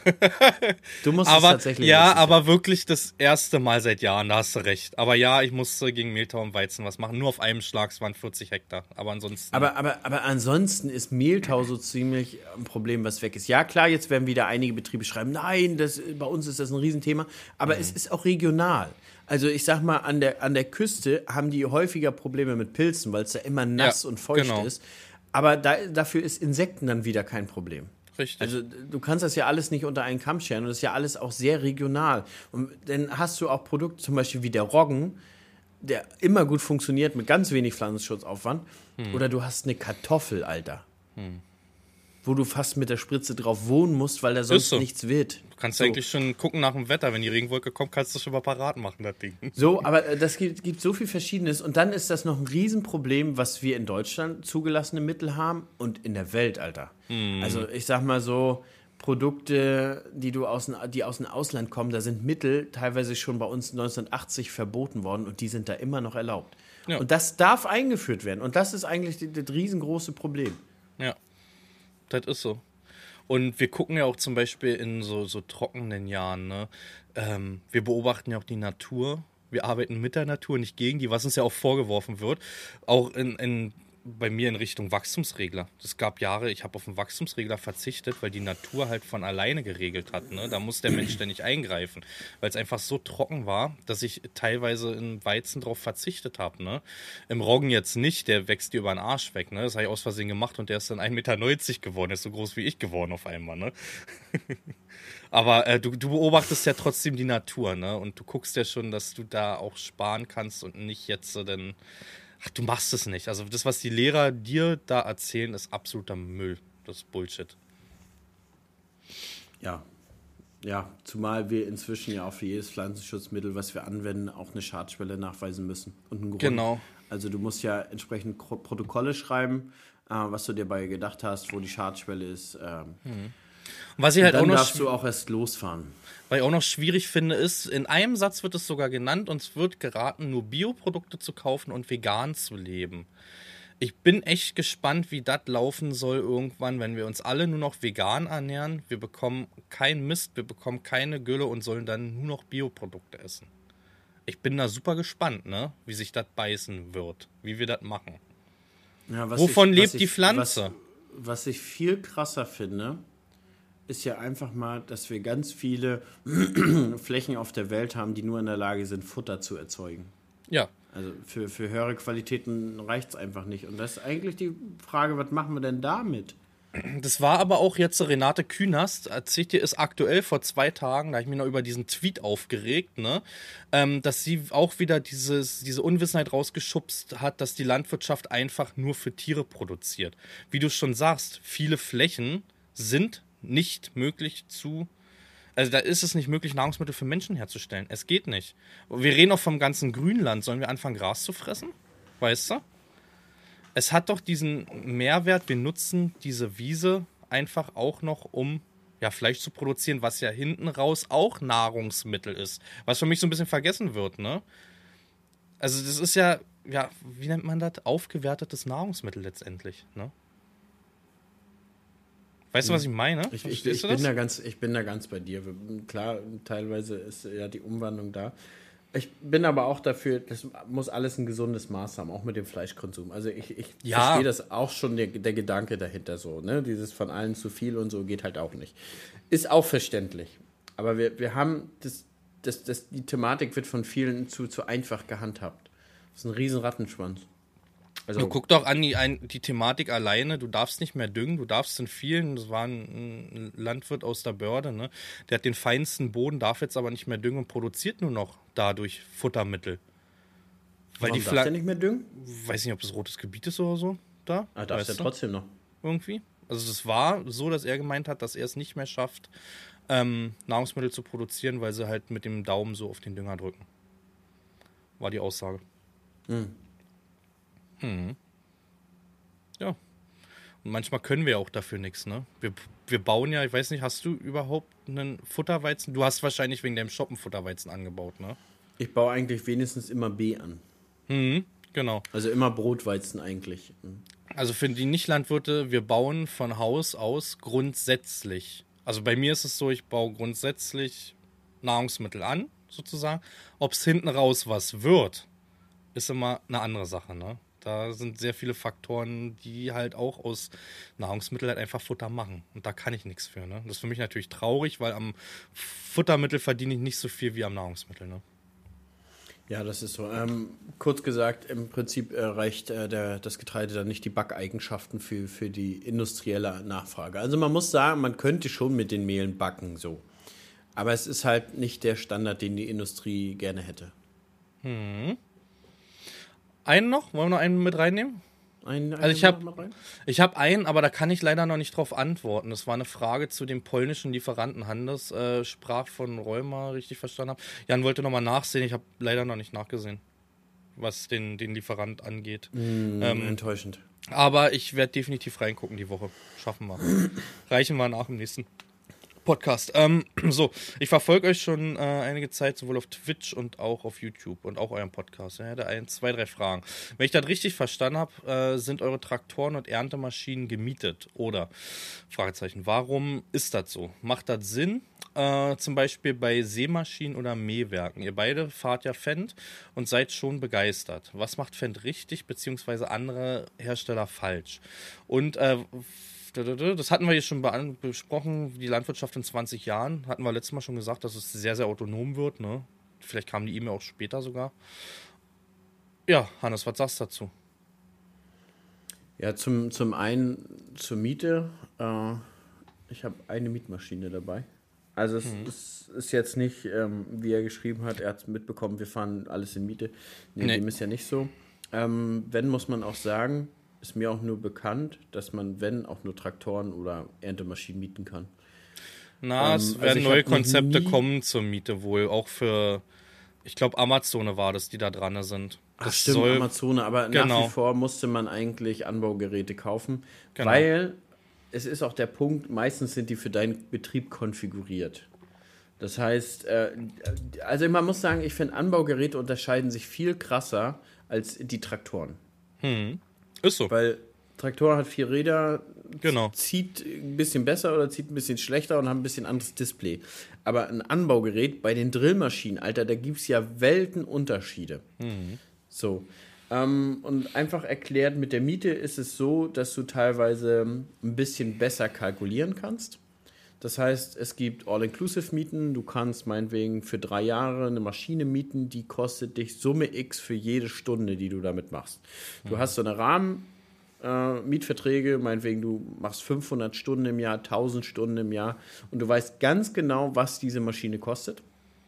Du musst es aber tatsächlich ja, letztes aber Jahr. wirklich das erste Mal seit Jahren, da hast du recht. Aber ja, ich musste gegen Mehltau und Weizen was machen. Nur auf einem Schlag, es waren vierzig Hektar. Aber ansonsten. Aber, aber, aber ansonsten ist Mehltau so ziemlich ein Problem, was weg ist. Ja, klar, jetzt werden wieder einige Betriebe schreiben, nein, das, bei uns ist das ein Riesenthema. Aber es ist auch regional. Also ich sag mal, an der, an der Küste haben die häufiger Probleme mit Pilzen, weil es da immer nass Ja, und feucht genau. ist. Aber da, dafür ist Insekten dann wieder kein Problem. Richtig. Also du kannst das ja alles nicht unter einen Kamm scheren und das ist ja alles auch sehr regional. Und dann hast du auch Produkte, zum Beispiel wie der Roggen, der immer gut funktioniert mit ganz wenig Pflanzenschutzaufwand. Oder du hast eine Kartoffel, Alter. Wo du fast mit der Spritze drauf wohnen musst, weil da sonst so. nichts wird. Du kannst So. eigentlich schon gucken nach dem Wetter. Wenn die Regenwolke kommt, kannst du schon mal parat machen, das Ding. So, aber äh, das gibt, gibt so viel Verschiedenes. Und dann ist das noch ein Riesenproblem, was wir in Deutschland zugelassene Mittel haben und in der Welt, Alter. Also ich sag mal so, Produkte, die du aus, dem- die aus dem Ausland kommen, da sind Mittel teilweise schon bei uns neunzehnhundertachtzig verboten worden und die sind da immer noch erlaubt. Ja. Und das darf eingeführt werden. Und das ist eigentlich die- das riesengroße Problem. Ja, das ist so. Und wir gucken ja auch zum Beispiel in so, so trockenen Jahren, ne? Ähm, wir beobachten ja auch die Natur. Wir arbeiten mit der Natur, nicht gegen die, was uns ja auch vorgeworfen wird. Auch in, in, bei mir in Richtung Wachstumsregler. Es gab Jahre, ich habe auf den Wachstumsregler verzichtet, weil die Natur halt von alleine geregelt hat. Ne? Da muss der Mensch ständig eingreifen, weil es einfach so trocken war, dass ich teilweise in Weizen drauf verzichtet habe. Ne? Im Roggen jetzt nicht, der wächst dir über den Arsch weg. Ne? Das habe ich aus Versehen gemacht und der ist dann ein Meter neunzig geworden. Der ist so groß wie ich geworden auf einmal. Ne? Aber äh, du, du beobachtest ja trotzdem die Natur, ne? Und du guckst ja schon, dass du da auch sparen kannst und nicht jetzt so denn. Ach, du machst es nicht. Also das, was die Lehrer dir da erzählen, ist absoluter Müll. Das ist Bullshit. Ja. Ja, zumal wir inzwischen ja auch für jedes Pflanzenschutzmittel, was wir anwenden, auch eine Schadschwelle nachweisen müssen. Und einen Grund. Genau. Also du musst ja entsprechend Kro- Protokolle schreiben, äh, was du dir bei gedacht hast, wo die Schadschwelle ist. Ähm, Und was ich halt auch dann noch, darfst du auch erst losfahren. was ich auch noch schwierig finde, ist, in einem Satz wird es sogar genannt, uns wird geraten, nur Bioprodukte zu kaufen und vegan zu leben. Ich bin echt gespannt, wie das laufen soll irgendwann, wenn wir uns alle nur noch vegan ernähren. Wir bekommen keinen Mist, wir bekommen keine Gülle und sollen dann nur noch Bioprodukte essen. Ich bin da super gespannt, ne, wie sich das beißen wird, wie wir das machen. Ja, was Wovon ich- lebt was ich- die Pflanze? Was, was ich viel krasser finde, ist ja einfach mal, dass wir ganz viele Flächen auf der Welt haben, die nur in der Lage sind, Futter zu erzeugen. Ja, Also für, für höhere Qualitäten reicht es einfach nicht. Und das ist eigentlich die Frage, was machen wir denn damit? das war aber auch jetzt Renate Künast, erzählt dir, ist aktuell vor zwei Tagen, da habe ich mich noch über diesen Tweet aufgeregt, ne, ähm, dass sie auch wieder dieses, diese Unwissenheit rausgeschubst hat, dass die Landwirtschaft einfach nur für Tiere produziert. Wie du schon sagst, viele Flächen sind nicht möglich zu, also da ist es nicht möglich, Nahrungsmittel für Menschen herzustellen. Es geht nicht. Wir reden auch vom ganzen Grünland. Sollen wir anfangen, Gras zu fressen? Weißt du? Es hat doch diesen Mehrwert, wir nutzen diese Wiese einfach auch noch, um ja, Fleisch zu produzieren, was ja hinten raus auch Nahrungsmittel ist. Was für mich so ein bisschen vergessen wird, ne? Also das ist ja, ja, wie nennt man das? Aufgewertetes Nahrungsmittel letztendlich, ne? Weißt du, was ich meine? Ich, ich, ich, bin da ganz, ich bin da ganz bei dir. Klar, teilweise ist ja die Umwandlung da. Ich bin aber auch dafür, das muss alles ein gesundes Maß haben, auch mit dem Fleischkonsum. Also ich, ich Ja. verstehe das auch schon, der, der Gedanke dahinter so. Ne? Dieses von allen zu viel und so geht halt auch nicht. Ist auch verständlich. Aber wir, wir haben, das, das, das, die Thematik wird von vielen zu, zu einfach gehandhabt. Das ist ein riesen Rattenschwanz. Also, Du guck doch an die, ein, die Thematik alleine, du darfst nicht mehr düngen, du darfst in vielen, das war ein, ein Landwirt aus der Börde, ne? Der hat den feinsten Boden, darf jetzt aber nicht mehr düngen und produziert nur noch dadurch Futtermittel. Weil warum die darfst Fla- du nicht mehr düngen? weiß nicht, ob das rotes Gebiet ist oder so, da. Ah, darfst du weißt ja trotzdem noch. irgendwie. Also es war so, dass er gemeint hat, dass er es nicht mehr schafft, ähm, Nahrungsmittel zu produzieren, weil sie halt mit dem Daumen so auf den Dünger drücken. War die Aussage. Hm. Mhm. Ja. Und manchmal können wir auch dafür nichts, ne? Wir, wir bauen ja, ich weiß nicht, hast du überhaupt einen Futterweizen? Du hast wahrscheinlich wegen deinem Shop einen Futterweizen angebaut, ne? Ich baue eigentlich wenigstens immer B an. Mhm, genau. Also immer Brotweizen eigentlich. Also für die Nicht-Landwirte, wir bauen von Haus aus grundsätzlich. Also bei mir ist es so, ich baue grundsätzlich Nahrungsmittel an, sozusagen. Ob es hinten raus was wird, ist immer eine andere Sache, ne? Da sind sehr viele Faktoren, die halt auch aus Nahrungsmitteln halt einfach Futter machen. Und da kann ich nichts für, ne? Das ist für mich natürlich traurig, weil am Futtermittel verdiene ich nicht so viel wie am Nahrungsmittel, ne? Ja, das ist so. Ähm, kurz gesagt, im Prinzip äh, reicht äh, der, das Getreide dann nicht die Backeigenschaften für, für die industrielle Nachfrage. Also man muss sagen, man könnte schon mit den Mehlen backen, so. Aber es ist halt nicht der Standard, den die Industrie gerne hätte. Hm. Einen noch? Wollen wir noch einen mit reinnehmen? Ein, Also ich habe ich hab einen, aber da kann ich leider noch nicht drauf antworten. Das war eine Frage zu dem polnischen Lieferanten. Hannes äh, sprach von Rheuma, richtig verstanden habe. Jan wollte nochmal nachsehen. Ich habe leider noch nicht nachgesehen, was den, den Lieferant angeht. Mm, ähm, enttäuschend. Aber ich werde definitiv reingucken die Woche. Schaffen wir. Reichen wir nach im nächsten Podcast. Ähm, so, ich verfolge euch schon äh, einige Zeit, sowohl auf Twitch und auch auf YouTube und auch euren Podcast. Ich hätte ein, zwei, drei Fragen. Wenn ich das richtig verstanden habe, äh, sind eure Traktoren und Erntemaschinen gemietet? Oder? Fragezeichen. Warum ist das so? Macht das Sinn? Äh, zum Beispiel bei Sämaschinen oder Mähwerken. Ihr beide fahrt ja Fendt und seid schon begeistert. Was macht Fendt richtig, beziehungsweise andere Hersteller falsch? Und äh, das hatten wir hier schon besprochen, die Landwirtschaft in zwanzig Jahren. Hatten wir letztes Mal schon gesagt, dass es sehr, sehr autonom wird. Ne? Vielleicht kam die E-Mail auch später sogar. Ja, Hannes, was sagst du dazu? Ja, zum, zum einen zur Miete. Äh, ich habe eine Mietmaschine dabei. Also es, mhm. es ist jetzt nicht, ähm, wie er geschrieben hat, er hat es mitbekommen, wir fahren alles in Miete. Nee, nee. Dem ist ja nicht so. Ähm, wenn, muss man auch sagen, ist mir auch nur bekannt, dass man, wenn, auch nur Traktoren oder Erntemaschinen mieten kann. Na, ähm, es werden also neue Konzepte kommen zur Miete wohl, auch für, ich glaube, Amazone war das, die da dran sind. Das Ach stimmt, soll, Amazone, aber genau. nach wie vor musste man eigentlich Anbaugeräte kaufen, genau. Weil es ist auch der Punkt, meistens sind die für deinen Betrieb konfiguriert. Das heißt, äh, also man muss sagen, ich finde, Anbaugeräte unterscheiden sich viel krasser als die Traktoren. Hm. Ist so. Weil Traktor hat vier Räder, genau. zieht ein bisschen besser oder zieht ein bisschen schlechter und hat ein bisschen anderes Display. Aber ein Anbaugerät bei den Drillmaschinen, Alter, da gibt es ja Weltenunterschiede. Mhm. So. Ähm, und einfach erklärt, mit der Miete ist es so, dass du teilweise ein bisschen besser kalkulieren kannst. Das heißt, es gibt All-Inclusive-Mieten. Du kannst meinetwegen für drei Jahre eine Maschine mieten, die kostet dich Summe X für jede Stunde, die du damit machst. Du mhm. hast so eine Rahmen-Mietverträge, äh, meinetwegen du machst fünfhundert Stunden im Jahr, tausend Stunden im Jahr und du weißt ganz genau, was diese Maschine kostet.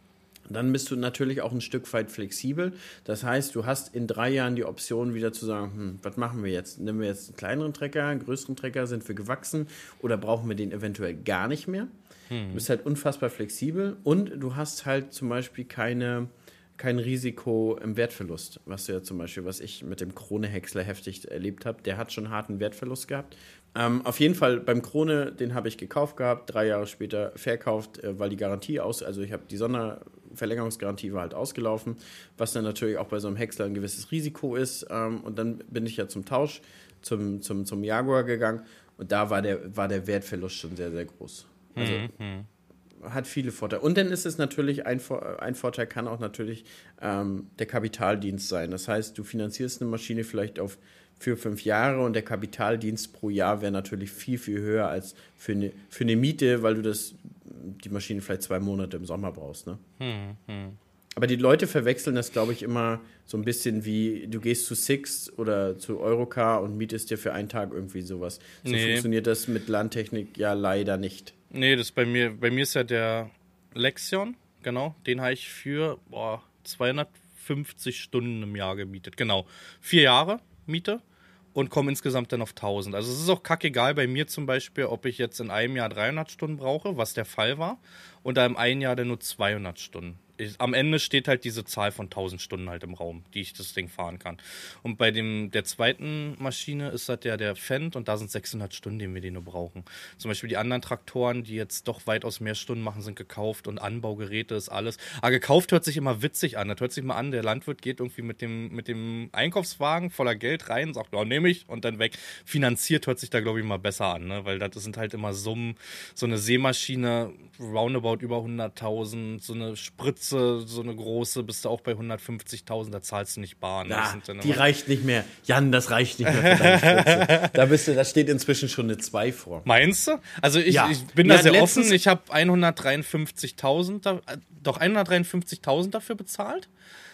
Dann bist du natürlich auch ein Stück weit flexibel. Das heißt, du hast in drei Jahren die Option wieder zu sagen, hm, was machen wir jetzt? Nehmen wir jetzt einen kleineren Trecker, einen größeren Trecker, sind wir gewachsen oder brauchen wir den eventuell gar nicht mehr? Hm. Du bist halt unfassbar flexibel und du hast halt zum Beispiel keine, kein Risiko im Wertverlust. Was du ja zum Beispiel, was ich mit dem Krone-Häcksler heftig erlebt habe, der hat schon harten Wertverlust gehabt. Ähm, auf jeden Fall beim Krone, den habe ich gekauft gehabt, drei Jahre später verkauft, äh, weil die Garantie aus, also ich habe die Sonderverlängerungsgarantie war halt ausgelaufen, was dann natürlich auch bei so einem Häcksler ein gewisses Risiko ist. Ähm, und dann bin ich ja zum Tausch, zum, zum, zum Jaguar gegangen und da war der, war der Wertverlust schon sehr, sehr groß. Also mhm. hat viele Vorteile. Und dann ist es natürlich, ein, ein Vorteil kann auch natürlich ähm, der Kapitaldienst sein. Das heißt, du finanzierst eine Maschine vielleicht auf für fünf Jahre und der Kapitaldienst pro Jahr wäre natürlich viel, viel höher als für eine, für eine Miete, weil du das, die Maschine vielleicht zwei Monate im Sommer brauchst. Ne? Hm, hm. Aber die Leute verwechseln das, glaube ich, immer so ein bisschen wie, du gehst zu Sixt oder zu Eurocar und mietest dir für einen Tag irgendwie sowas. So nee. Funktioniert das mit Landtechnik ja leider nicht. Nee, das bei mir, bei mir ist ja der Lexion, genau, den habe ich für boah, zweihundertfünfzig Stunden im Jahr gemietet. Genau, vier Jahre Miete und komme insgesamt dann auf tausend. Also es ist auch kackegal bei mir zum Beispiel, ob ich jetzt in einem Jahr dreihundert Stunden brauche, was der Fall war, und da im einen Jahr dann nur zweihundert Stunden. Ich, am Ende steht halt diese Zahl von tausend Stunden halt im Raum, die ich das Ding fahren kann. Und bei dem der zweiten Maschine ist das ja der Fendt und da sind sechshundert Stunden, die wir die nur brauchen. Zum Beispiel die anderen Traktoren, die jetzt doch weitaus mehr Stunden machen, sind gekauft und Anbaugeräte ist alles. Aber gekauft hört sich immer witzig an. Das hört sich mal an, der Landwirt geht irgendwie mit dem, mit dem Einkaufswagen voller Geld rein, sagt, ja, nehme ich und dann weg. Finanziert hört sich da, glaube ich, mal besser an, ne? Weil das sind halt immer Summen. So eine Seemaschine, roundabout über hunderttausend, so eine Spritze, so eine große, bist du auch bei hundertfünfzigtausend, da zahlst du nicht bar. Ne? Ja, die reicht nicht mehr. Jan, das reicht nicht mehr für deine Spritze. Da, bist du, da steht inzwischen schon eine zwei vor. Meinst du? Also ich, ja. ich bin ja, da sehr offen. Ich habe hundertdreiundfünfzigtausend, äh, doch hundertdreiundfünfzigtausend dafür bezahlt.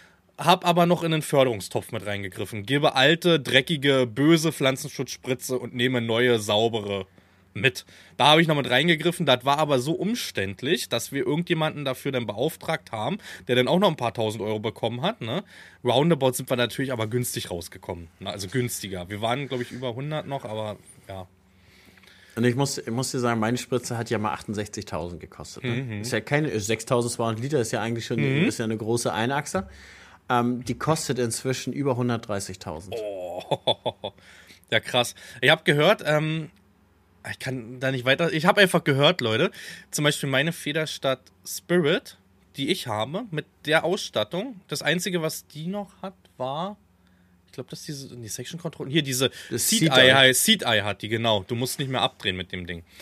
Hab aber noch in den Förderungstopf mit reingegriffen. Gebe alte, dreckige, böse Pflanzenschutzspritze und nehme neue, saubere mit. Da habe ich noch mit reingegriffen, das war aber so umständlich, dass wir irgendjemanden dafür dann beauftragt haben, der dann auch noch ein paar tausend Euro bekommen hat. Ne? Roundabout sind wir natürlich aber günstig rausgekommen, ne? Also günstiger. Wir waren, glaube ich, über hundert noch, aber ja. Und ich muss, ich muss dir sagen, meine Spritze hat ja mal achtundsechzigtausend gekostet. Ne? Mhm. Ist ja keine, sechstausendzweihundert Liter ist ja eigentlich schon mhm. ist ja eine große Einachser. Ähm, die kostet inzwischen über hundertdreißigtausend. Oh, ja krass. Ich habe gehört, ähm, ich kann da nicht weiter. Ich habe einfach gehört, Leute, zum Beispiel meine Federstadt Spirit, die ich habe, mit der Ausstattung. Das Einzige, was die noch hat, war, ich glaube, dass diese, die Section Control, hier diese Seat Eye, Seat Eye hat die, genau. Du musst nicht mehr abdrehen mit dem Ding.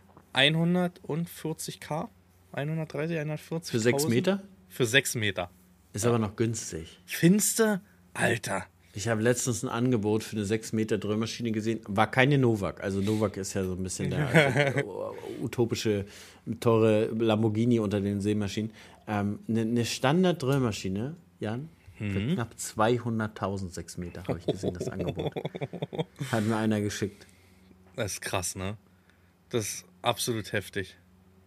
hundertvierzig K? hundertdreißig, hundertvierzig. Für sechs Meter? Für sechs Meter. Ist ja. aber noch günstig. Findste? Alter. Ich habe letztens ein Angebot für eine sechs Meter Drehmaschine gesehen. War keine Novak. Also Novak ist ja so ein bisschen der utopische, teure Lamborghini unter den Seemaschinen. Ähm, eine, eine Standard-Drehmaschine, Jan, mhm. für knapp zweihunderttausend sechs Meter, habe ich gesehen, das Angebot. Hat mir einer geschickt. Das ist krass, ne? Das ist absolut heftig.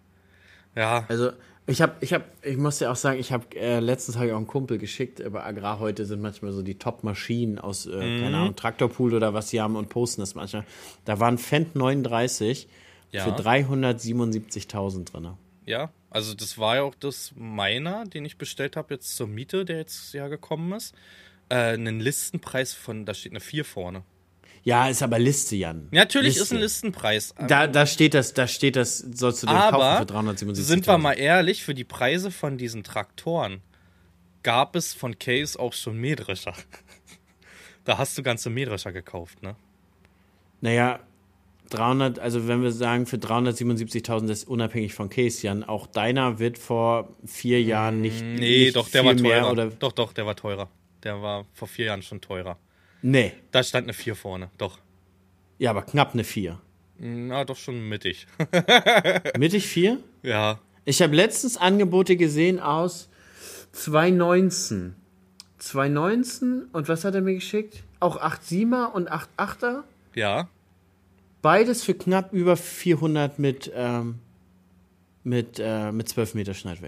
Ja. Also ich habe, ich habe, ich muss ja auch sagen, ich habe äh, letztens habe ich auch einen Kumpel geschickt, aber Agrar heute sind manchmal so die Top-Maschinen aus, äh, mhm. keine Ahnung, Traktorpool oder was sie haben und posten das manchmal. Da waren Fendt neununddreißig ja. für dreihundertsiebenundsiebzigtausend drin. Ja, also das war ja auch das meiner, den ich bestellt habe jetzt zur Miete, der jetzt ja gekommen ist. Äh, einen Listenpreis von, da steht eine vier vorne. Ja, ist aber Liste, Jan. Ja, natürlich Liste. Ist ein Listenpreis. Da, da steht das, da steht das, sollst du den aber kaufen für dreihundertsiebenundsiebzig. Sind wir mal ehrlich, für die Preise von diesen Traktoren gab es von Case auch schon Mähdrescher. Da hast du ganze Mähdrescher gekauft, ne? Naja, dreihundert, also wenn wir sagen, für dreihundertsiebenundsiebzigtausend ist unabhängig von Case, Jan, auch deiner wird vor vier Jahren nicht Nee, nicht doch, der war teurer. Mehr, oder? Doch, doch, der war teurer. Der war vor vier Jahren schon teurer. Nee. Da stand eine vier vorne, doch. Ja, aber knapp eine vier. Na, doch schon mittig. Mittig vier? Ja. Ich habe letztens Angebote gesehen aus zweitausendneunzehn. zweitausendneunzehn und was hat er mir geschickt? Auch acht Komma siebener und acht Komma achter? Ja. Beides für knapp über vierhundert mit, ähm, mit, äh, mit zwölf Meter Schneidweg.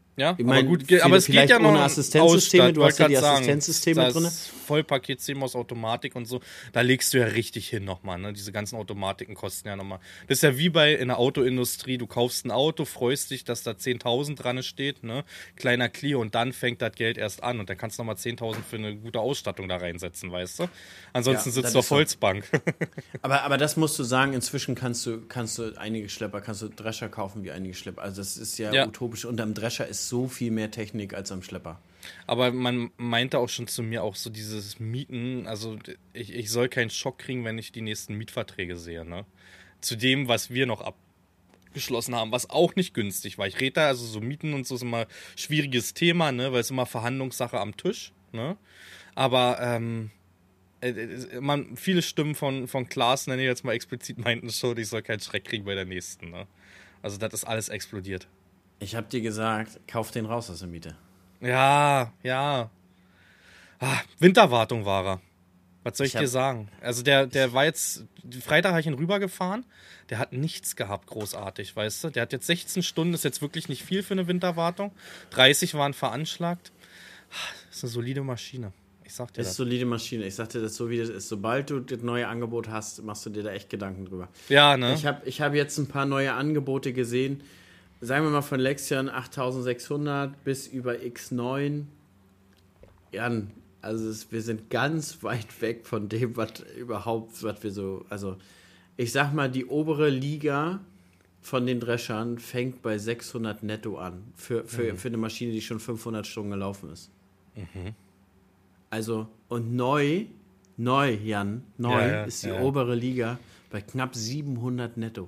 Ja, Ich mein, aber gut, viele- aber es geht vielleicht ja noch ohne um Assistenzsysteme, Ausstatt, du hast ja wollte die grad sagen, Assistenzsysteme das drinne. Vollpaketsystem aus Automatik und so, da legst du ja richtig hin nochmal, ne? Diese ganzen Automatiken kosten ja nochmal. Das ist ja wie bei in der Autoindustrie, du kaufst ein Auto, freust dich, dass da zehntausend dran steht, ne? Kleiner Clio und dann fängt das Geld erst an und dann kannst du nochmal zehntausend für eine gute Ausstattung da reinsetzen, weißt du? Ansonsten Ja, sitzt das du ist auf so. Holzbank. Aber, aber das musst du sagen, inzwischen kannst du, kannst du einige Schlepper, kannst du Drescher kaufen wie einige Schlepper. Also das ist ja, Ja. utopisch. Und am Drescher ist so viel mehr Technik als am Schlepper. Aber man meinte auch schon zu mir auch so dieses Mieten, also ich, ich soll keinen Schock kriegen, wenn ich die nächsten Mietverträge sehe, ne? Zu dem, was wir noch abgeschlossen haben, was auch nicht günstig war. Ich rede da, also so Mieten und so ist immer ein schwieriges Thema, ne? Weil es immer Verhandlungssache am Tisch, ne? Aber ähm, äh, äh, man, viele Stimmen von, von Klaas, nenne ich jetzt mal explizit, meinten schon, ich soll keinen Schreck kriegen bei der nächsten, ne? Also das ist alles explodiert. Ich hab dir gesagt, kauf den raus aus der Miete. Ja, ja. Ah, Winterwartung war er. Was soll ich, Ich hab- dir sagen? Also der, der war jetzt, Freitag habe ich ihn rübergefahren, der hat nichts gehabt, großartig, weißt du? Der hat jetzt sechzehn Stunden, ist jetzt wirklich nicht viel für eine Winterwartung. dreißig waren veranschlagt. Das ist eine solide Maschine. Ich sag dir Das ist das. solide Maschine. Ich sagte das so, wie das ist. Sobald du das neue Angebot hast, machst du dir da echt Gedanken drüber. Ja, ne? Ich habe ich hab jetzt ein paar neue Angebote gesehen. Sagen wir mal von Lexion achttausendsechshundert bis über X neun. Jan, also es, wir sind ganz weit weg von dem, was überhaupt, was wir so, also ich sag mal, die obere Liga von den Dreschern fängt bei sechshundert netto an. Für, für, Mhm. für eine Maschine, die schon fünfhundert Stunden gelaufen ist. Also, und neu, neu, Jan, neu Ja, ja, ist die ja, ja. obere Liga bei knapp siebenhundert netto.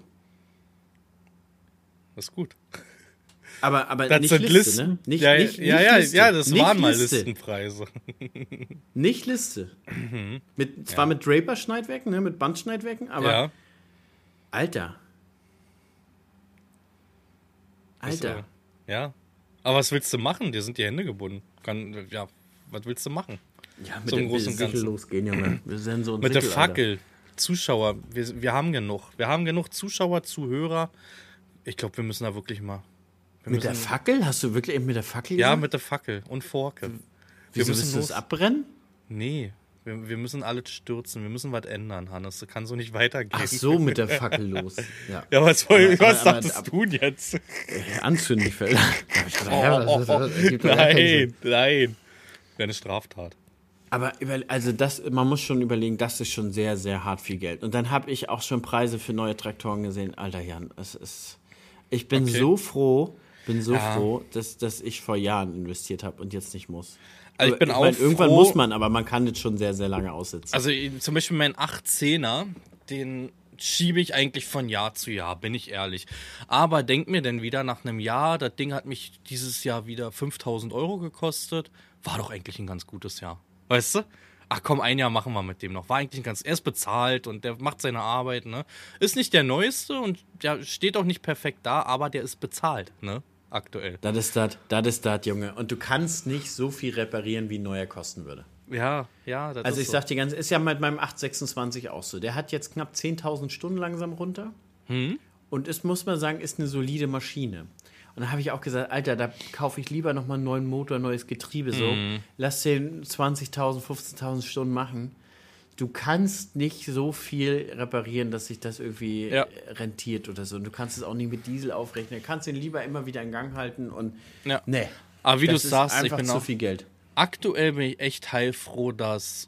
Das ist gut. Aber, aber Das nicht sind Liste, Listen. ne? Nicht, ja, nicht, ja, nicht ja, Liste. ja, das Nicht waren mal Liste. Listenpreise. Nicht Liste. Mit, zwar mit Draper-Schneidwerken, ne, mit Bandschneidwerken, aber ja. Alter. Ist, Alter. äh, Ja. Aber was willst du machen? Dir sind die Hände gebunden. Kann, ja, was willst du machen? Ja, mit so im dem Großen und Sichel Ganzen. losgehen, Junge. Wir sind so ein Mit der Sichel, Alter. Fackel. Zuschauer. Wir, wir haben genug. Wir haben genug Zuschauer, Zuhörer. Ich glaube, wir müssen da wirklich mal. Wir Mit der müssen, Fackel? Hast du wirklich eben mit der Fackel Ja, gesagt? mit der Fackel und Forke. Wir Wieso müssen willst du los. das abbrennen? Nee. Wir, wir müssen alles stürzen. Wir müssen was ändern, Hannes. Das kann so nicht weitergehen. Ach so, mit der Fackel los. Ja. Ja, was, soll, Aber- was aber- dachtest aber- du denn jetzt? Anzünden die Felder. Da hab ich gedacht, Oh, ja, oh, das- oh, das- das gibt doch gar keinen Sinn. nein, nein. Wäre eine Straftat. Aber über, also das, man muss schon überlegen, das ist schon sehr, sehr hart viel Geld. Und dann habe ich auch schon Preise für neue Traktoren gesehen. Alter Jan, es ist. Ich bin Okay. so froh, bin so Ja. froh, dass, dass ich vor Jahren investiert habe und jetzt nicht muss. Also ich bin auch mein, irgendwann froh- muss man, aber man kann das schon sehr, sehr lange aussitzen. Also ich- zum Beispiel mein achtzehner, den schiebe ich eigentlich von Jahr zu Jahr, bin ich ehrlich. Aber denk mir denn wieder nach einem Jahr, das Ding hat mich dieses Jahr wieder fünftausend Euro gekostet. War doch eigentlich ein ganz gutes Jahr. Weißt du? Ach komm, ein Jahr machen wir mit dem noch. War eigentlich ein ganz, er ist bezahlt und der macht seine Arbeit, ne? Ist nicht der Neueste und der steht auch nicht perfekt da, aber der ist bezahlt, ne? Aktuell. Das ist das, das ist das, Junge. Und du kannst nicht so viel reparieren, wie ein neuer kosten würde. Ja, ja, das Also ist ich so. sag dir ganz, ist ja mit meinem acht sechsundzwanzig auch so. Der hat jetzt knapp zehntausend Stunden langsam runter. Hm? Und ist, muss man sagen, ist eine solide Maschine. Und da habe ich auch gesagt, Alter, da kaufe ich lieber nochmal einen neuen Motor, neues Getriebe so. Mhm. Lass den zwanzigtausend, fünfzehntausend Stunden machen. Du kannst nicht so viel reparieren, dass sich das irgendwie Ja. rentiert oder so. Und du kannst es auch nicht mit Diesel aufrechnen. Du kannst den lieber immer wieder in Gang halten und Ja. nee. Aber wie du das ist sagst, ich einfach bin zu auch viel Geld. aktuell bin ich echt heilfroh, dass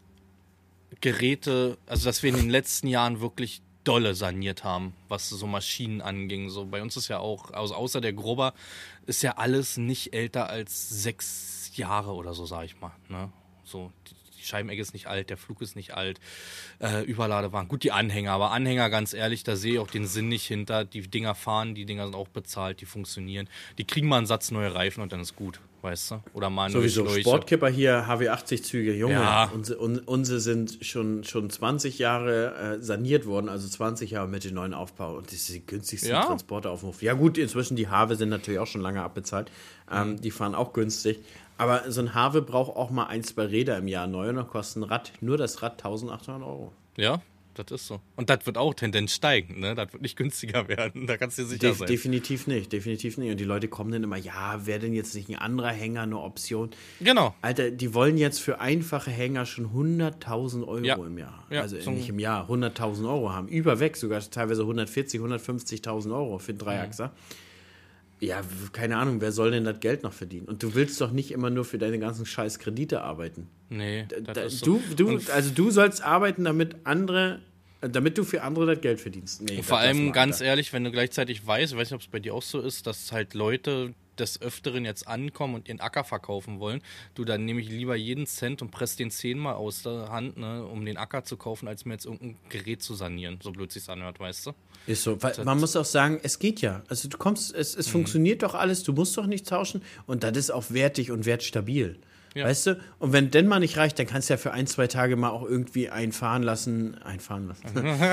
Geräte, also dass wir in den letzten Jahren wirklich dolle saniert haben, was so Maschinen anging. So bei uns ist ja auch, also außer der Grubber, ist ja alles nicht älter als sechs Jahre oder so, sag ich mal. Ne? So, die, die Scheibenecke ist nicht alt, der Flug ist nicht alt, äh, Überladewaren. Gut, die Anhänger, aber Anhänger, ganz ehrlich, da sehe ich auch den Sinn nicht hinter. Die Dinger fahren, die Dinger sind auch bezahlt, die funktionieren. Die kriegen mal einen Satz neue Reifen und dann ist gut, weißt du? Oder mal neue Sowieso Schläuche. Sportkipper hier, H W achtzig Züge, Junge. Ja. Unsere, un, unsere sind schon, schon zwanzig Jahre äh, saniert worden, also zwanzig Jahre mit dem neuen Aufbau. Und das ist die günstigsten Ja. Transporter auf dem Hof. Ja gut, inzwischen die Harve sind natürlich auch schon lange abbezahlt. Ähm, die fahren auch günstig. Aber so ein Harve braucht auch mal ein, zwei Räder im Jahr neu und dann kostet ein Rad, nur das Rad eintausendachthundert Euro. Ja, das ist so. Und das wird auch Tendenz steigen, ne? Das wird nicht günstiger werden, da kannst du dir sicher De- sein. Definitiv nicht, definitiv nicht. Und die Leute kommen dann immer, ja, wäre denn jetzt nicht ein anderer Hänger eine Option? Genau. Alter, die wollen jetzt für einfache Hänger schon hunderttausend Euro Ja. im Jahr. Ja, also so nicht im Jahr, hunderttausend Euro haben. Überweg sogar teilweise hundertvierzig, hundertfünfzigtausend Euro für einen Dreiachser. Ja, w- keine Ahnung, wer soll denn das Geld noch verdienen? Und du willst doch nicht immer nur für deine ganzen scheiß Kredite arbeiten. Nee, das Da, ist so. du, du, Und also du sollst arbeiten, damit andere, damit du für andere das Geld verdienst. Nee, vor das lass allem mal, ganz Alter. ehrlich, wenn du gleichzeitig weißt, ich weiß nicht, ob es bei dir auch so ist, dass halt Leute des Öfteren jetzt ankommen und ihren Acker verkaufen wollen, du, dann nehme ich lieber jeden Cent und presse den zehnmal aus der Hand, ne, um den Acker zu kaufen, als mir jetzt irgendein Gerät zu sanieren, so blöd sich's anhört, weißt du? Ist so, weil man muss auch sagen, es geht ja. Also du kommst, es, es funktioniert doch alles, du musst doch nicht tauschen und das ist auch wertig und wertstabil. Ja. Weißt du? Und wenn denn mal nicht reicht, dann kannst du ja für ein, zwei Tage mal auch irgendwie einfahren lassen, einfahren lassen.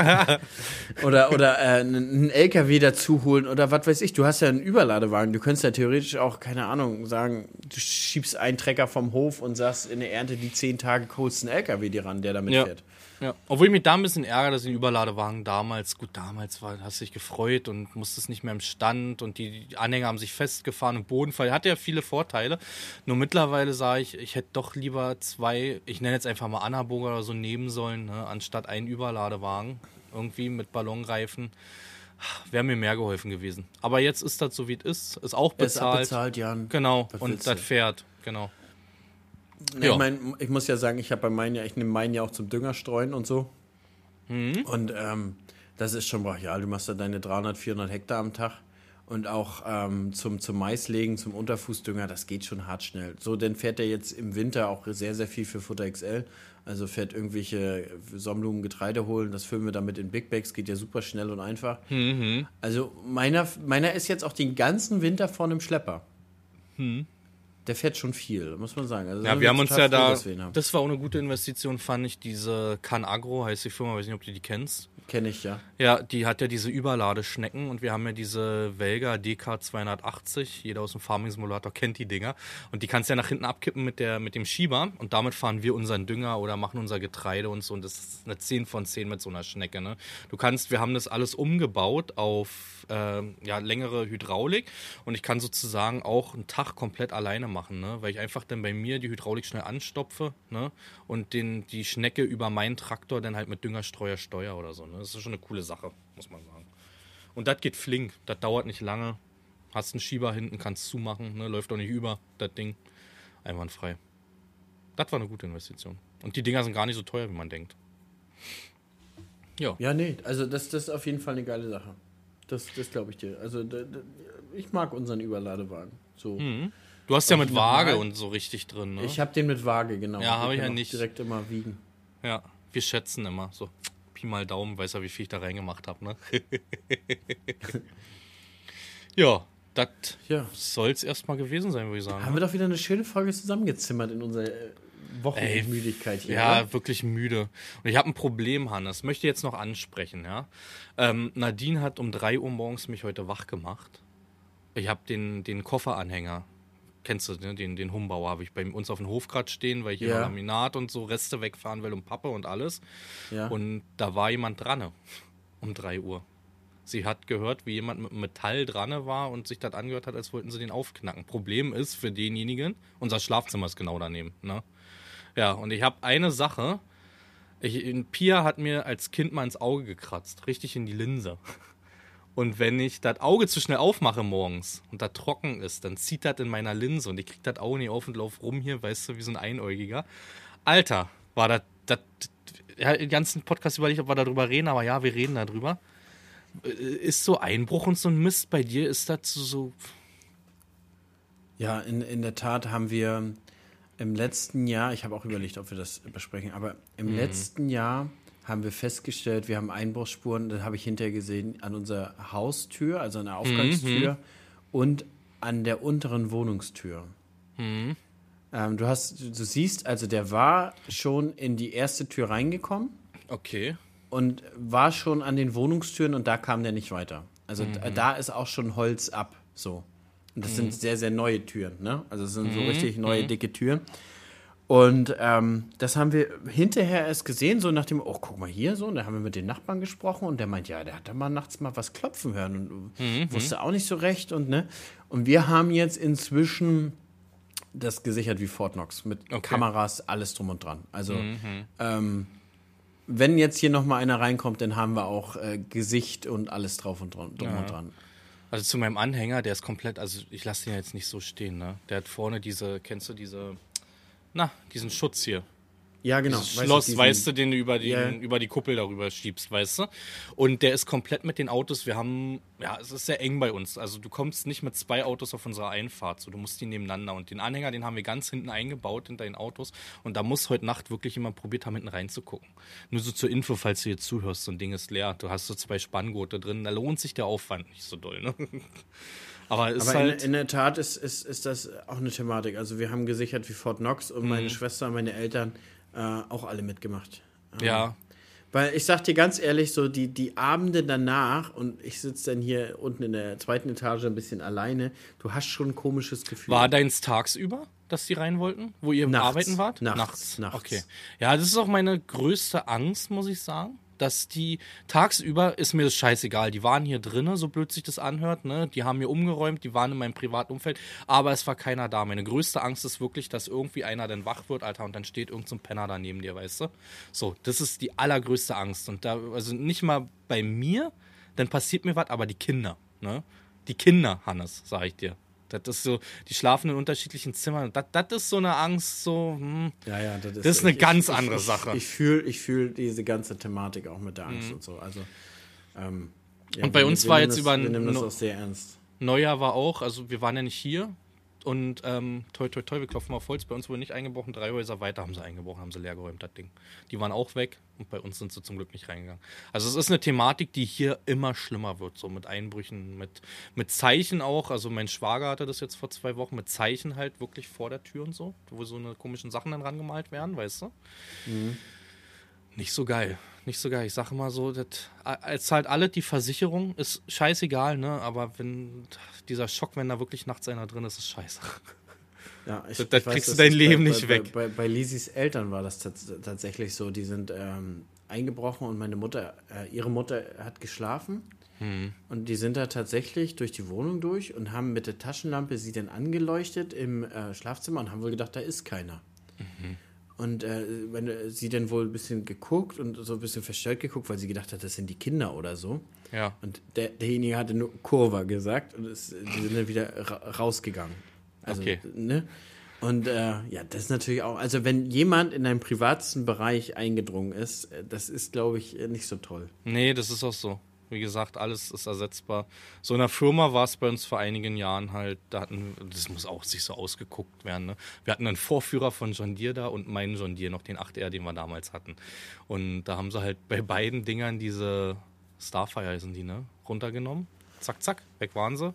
oder oder äh, einen L K W dazu holen oder was weiß ich. Du hast ja einen Überladewagen. Du könntest ja theoretisch auch, keine Ahnung, sagen, du schiebst einen Trecker vom Hof und sagst in der Ernte die zehn Tage holst einen L K W dir ran, der damit Ja. fährt. Ja, obwohl ich mich da ein bisschen ärgere, dass die Überladewagen damals, gut, damals war, hast du dich gefreut und musstest nicht mehr im Stand und die, die Anhänger haben sich festgefahren und Bodenfall. Hatte ja viele Vorteile. Nur mittlerweile sage ich, ich hätte doch lieber zwei, ich nenne jetzt einfach mal Anna-Burger oder so nehmen sollen, ne, anstatt einen Überladewagen. Irgendwie mit Ballonreifen. Wäre mir mehr geholfen gewesen. Aber jetzt ist das so, wie es ist. Ist auch Er ist bezahlt. abbezahlt, Jan. Genau. Was Und willst das du? fährt. Genau. Ja. Ja. Ich, mein, ich muss ja sagen, ich habe bei meinen ja, ich nehme meinen ja auch zum Düngerstreuen und so. Mhm. Und ähm, das ist schon brachial. Du machst da deine dreihundert, vierhundert Hektar am Tag. Und auch ähm, zum, zum Maislegen, zum Unterfußdünger, das geht schon hart schnell. So, dann fährt er jetzt im Winter auch sehr, sehr viel für Futter X L. Also fährt irgendwelche Sonnenblumen, Getreide holen. Das füllen wir damit in Big Bags. Geht ja super schnell und einfach. Mhm. Also meiner, meiner ist jetzt auch den ganzen Winter vor einem Schlepper. Mhm. Der fährt schon viel, muss man sagen. Also Ja, sind wir haben uns total ja froh, da, dass wir ihn haben. das war auch eine gute Investition, fand ich, diese Canagro, heißt die Firma, weiß nicht, ob du die kennst. Kenne ich, ja. Ja, die hat ja diese Überladeschnecken und wir haben ja diese Velga D K zweihundertachtzig, jeder aus dem Farming Simulator kennt die Dinger und die kannst du ja nach hinten abkippen mit, der, mit dem Schieber und damit fahren wir unseren Dünger oder machen unser Getreide und so und das ist eine zehn von zehn mit so einer Schnecke, ne? Du kannst, wir haben das alles umgebaut auf äh, ja, längere Hydraulik und ich kann sozusagen auch einen Tag komplett alleine machen, ne? Weil ich einfach dann bei mir die Hydraulik schnell anstopfe, ne? Und den, die Schnecke über meinen Traktor dann halt mit Düngerstreuer steuer oder so, ne? Das ist schon eine coole Sache, muss man sagen. Und das geht flink, das dauert nicht lange. Hast einen Schieber hinten, kannst zumachen, ne? Läuft auch nicht über, das Ding. Einwandfrei. Das war eine gute Investition. Und die Dinger sind gar nicht so teuer, wie man denkt. Ja. Ja, nee, also das, das ist auf jeden Fall eine geile Sache. Das, das glaube ich dir. Also da, da, ich mag unseren Überladewagen. So. Mhm. Du hast ja mit Original. Waage und so richtig drin, ne? Ich habe den mit Waage, genau. Ja, Wir habe ich können ja auch nicht. direkt immer wiegen. Ja, wir schätzen immer so. Pi mal Daumen, weiß ja, wie viel ich da reingemacht habe, ne? Ja, das Ja. soll es erstmal gewesen sein, würde ich sagen. Haben wir doch wieder eine schöne Folge zusammengezimmert in unserer äh, Wochenmüdigkeit hier. Ja, oder? wirklich müde. Und ich habe ein Problem, Hannes. Möchte jetzt noch ansprechen, ja. Ähm, Nadine hat um drei Uhr morgens mich heute wach gemacht. Ich habe den, den Kofferanhänger, kennst du, ne? den, den Humbauer, habe ich bei uns auf dem Hof gerade stehen, weil ich hier Ja. noch Laminat und so Reste wegfahren will und Pappe und alles. Ja. Und da war jemand dran um drei Uhr. Sie hat gehört, wie jemand mit Metall dran war und sich das angehört hat, als wollten sie den aufknacken. Problem ist für denjenigen, unser Schlafzimmer ist genau daneben, ne? Ja, und ich habe eine Sache. Ich, Pia hat mir als Kind mal ins Auge gekratzt, richtig in die Linse. Und wenn ich das Auge zu schnell aufmache morgens und das trocken ist, dann zieht das in meiner Linse und ich krieg das Auge nicht auf und lauf rum hier, weißt du, wie so ein Einäugiger. Alter, war das, das ja, den ganzen Podcast überlegt, ob wir darüber reden, aber ja, wir reden darüber. Ist so Einbruch und so ein Mist bei dir, ist das so... Ja, in, in der Tat haben wir im letzten Jahr, ich habe auch überlegt, ob wir das besprechen, aber im Mhm. letzten Jahr haben wir festgestellt, wir haben Einbruchsspuren, das habe ich hinterher gesehen, an unserer Haustür, also an der Aufgangstür und an der unteren Wohnungstür. Mhm. Ähm, du hast, du siehst, also der war schon in die erste Tür reingekommen Okay. und war schon an den Wohnungstüren und da kam der nicht weiter. Also da, da ist auch schon Holz ab, so. Und das sind sehr, sehr neue Türen, ne? Also es sind so richtig neue, dicke Türen. Und ähm, das haben wir hinterher erst gesehen, so nach dem, oh, guck mal hier so. Und da haben wir mit den Nachbarn gesprochen und der meint, ja, der hat da mal nachts mal was klopfen hören und Mhm. wusste auch nicht so recht. Und, ne? Und wir haben jetzt inzwischen das gesichert wie Fort Knox mit Okay. Kameras, alles drum und dran. Also ähm, wenn jetzt hier noch mal einer reinkommt, dann haben wir auch äh, Gesicht und alles drauf und drum, drum und dran. Also zu meinem Anhänger, der ist komplett, also ich lasse den jetzt nicht so stehen, ne? Der hat vorne diese, kennst du diese, na, diesen Schutz hier. Ja, genau. Dieses Weißt du, Schloss, diesen- weißt du, den du über, den, Ja. über die Kuppel darüber schiebst, weißt du? Und der ist komplett mit den Autos, wir haben, ja, es ist sehr eng bei uns. Also du kommst nicht mit zwei Autos auf unserer Einfahrt, so, du musst die nebeneinander. Und den Anhänger, den haben wir ganz hinten eingebaut, hinter den Autos. Und da muss heute Nacht wirklich jemand probiert haben, hinten reinzugucken. Nur so zur Info, falls du hier zuhörst, so ein Ding ist leer. Du hast so zwei Spanngurte drin, da lohnt sich der Aufwand nicht so doll, ne? Aber es ist Aber in, halt... in der Tat ist, ist, ist das auch eine Thematik. Also wir haben gesichert wie Fort Knox und meine Schwester und meine Eltern äh, auch alle mitgemacht. Ähm, ja, Weil ich sag dir ganz ehrlich, so die, die Abende danach, und ich sitze dann hier unten in der zweiten Etage ein bisschen alleine, du hast schon ein komisches Gefühl. war deins tagsüber, dass die rein wollten, wo ihr Nachts. arbeiten wart? Nachts, nachts. Okay. Ja, das ist auch meine größte Angst, muss ich sagen. Dass die tagsüber ist mir das scheißegal. Die waren hier drinnen, so blöd sich das anhört, ne? Die haben mir umgeräumt, die waren in meinem privaten Umfeld, aber es war keiner da. Meine größte Angst ist wirklich, dass irgendwie einer dann wach wird, Alter, und dann steht irgend so ein Penner da neben dir, weißt du? So, das ist die allergrößte Angst. Und da, also nicht mal bei mir, dann passiert mir was, aber die Kinder, ne? Die Kinder, Hannes, sag ich dir. Das ist so, die schlafen in unterschiedlichen Zimmern. Das, das ist so eine Angst, so, hm. Ja, ja, das ist, Das ist eine ganz andere Sache. Ich fühle ich fühl diese ganze Thematik auch mit der Angst und so. Also, ähm, ja, Und bei wir- uns wir war nehmen jetzt das, über Wir nehmen das no- auch sehr ernst. Neujahr war auch, also wir waren ja nicht hier und ähm, toi toi toi, wir klopfen auf Holz, bei uns wurde nicht eingebrochen, drei Häuser weiter haben sie eingebrochen, haben sie leer geräumt, das Ding. Die waren auch weg und bei uns sind sie zum Glück nicht reingegangen. Also es ist eine Thematik, die hier immer schlimmer wird, so mit Einbrüchen, mit, mit Zeichen auch, also mein Schwager hatte das jetzt vor zwei Wochen, mit Zeichen halt wirklich vor der Tür und so, wo so eine komischen Sachen dann rangemalt werden, weißt du? Nicht so geil. Nicht so geil. Ich sage immer so, das es zahlt alle die Versicherung, ist scheißegal, ne? Aber wenn dieser Schock, wenn da wirklich nachts einer drin ist, ist scheiße. Ja, ich, Das- das ich weiß, kriegst du das dein ist Leben bei, nicht bei, weg. Bei, bei, bei Lisis Eltern war das tats tatsächlich so. Die sind ähm, eingebrochen und meine Mutter, äh, ihre Mutter hat geschlafen. Hm. Und die sind da tatsächlich durch die Wohnung durch und haben mit der Taschenlampe sie dann angeleuchtet im äh, Schlafzimmer und haben wohl gedacht, da ist keiner. Mhm. Und äh, wenn, äh, sie dann wohl ein bisschen geguckt und so ein bisschen verstört geguckt, weil sie gedacht hat, das sind die Kinder oder so. Ja. Und der, derjenige hatte nur Kurva gesagt und es, die sind dann wieder ra rausgegangen. Also, Okay. ne? Und äh, ja, das ist natürlich auch, also wenn jemand in deinem privatsten Bereich eingedrungen ist, äh, das ist, glaube ich, äh, nicht so toll. Nee, das ist auch so. Wie gesagt, alles ist ersetzbar. So in der Firma war es bei uns vor einigen Jahren halt, da hatten, das muss auch sich so ausgeguckt werden, ne? Wir hatten einen Vorführer von John Deere da und meinen John Deere, noch den acht R, den wir damals hatten. Und da haben sie halt bei beiden Dingern diese Starfire heißen die, ne? Runtergenommen. Zack, zack, weg waren sie.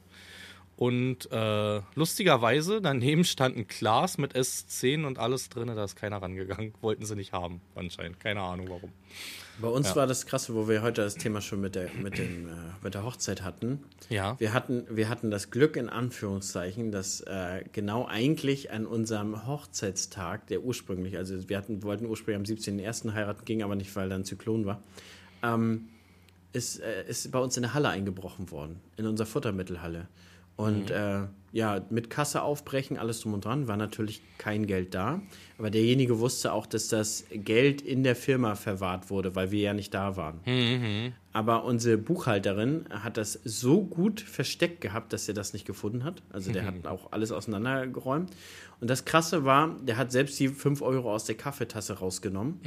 Und äh, lustigerweise, daneben stand ein Glas mit S zehn und alles drin, da ist keiner rangegangen. Wollten sie nicht haben, anscheinend. Keine Ahnung warum. Bei uns Ja. war das Krasse, wo wir heute das Thema schon mit der, mit dem, äh, mit der Hochzeit hatten. Ja. Wir hatten, wir hatten das Glück, in Anführungszeichen, dass äh, genau eigentlich an unserem Hochzeitstag, der ursprünglich, also wir hatten, wollten ursprünglich am siebzehnten ersten heiraten, ging aber nicht, weil da ein Zyklon war, ähm, ist, äh, ist bei uns in der Halle eingebrochen worden, in unserer Futtermittelhalle. Und äh, ja, mit Kasse aufbrechen, alles drum und dran, war natürlich kein Geld da. Aber derjenige wusste auch, dass das Geld in der Firma verwahrt wurde, weil wir ja nicht da waren. Mhm. Aber unsere Buchhalterin hat das so gut versteckt gehabt, dass er das nicht gefunden hat. Also der hat auch alles auseinandergeräumt. Und das Krasse war, der hat selbst die fünf Euro aus der Kaffeetasse rausgenommen.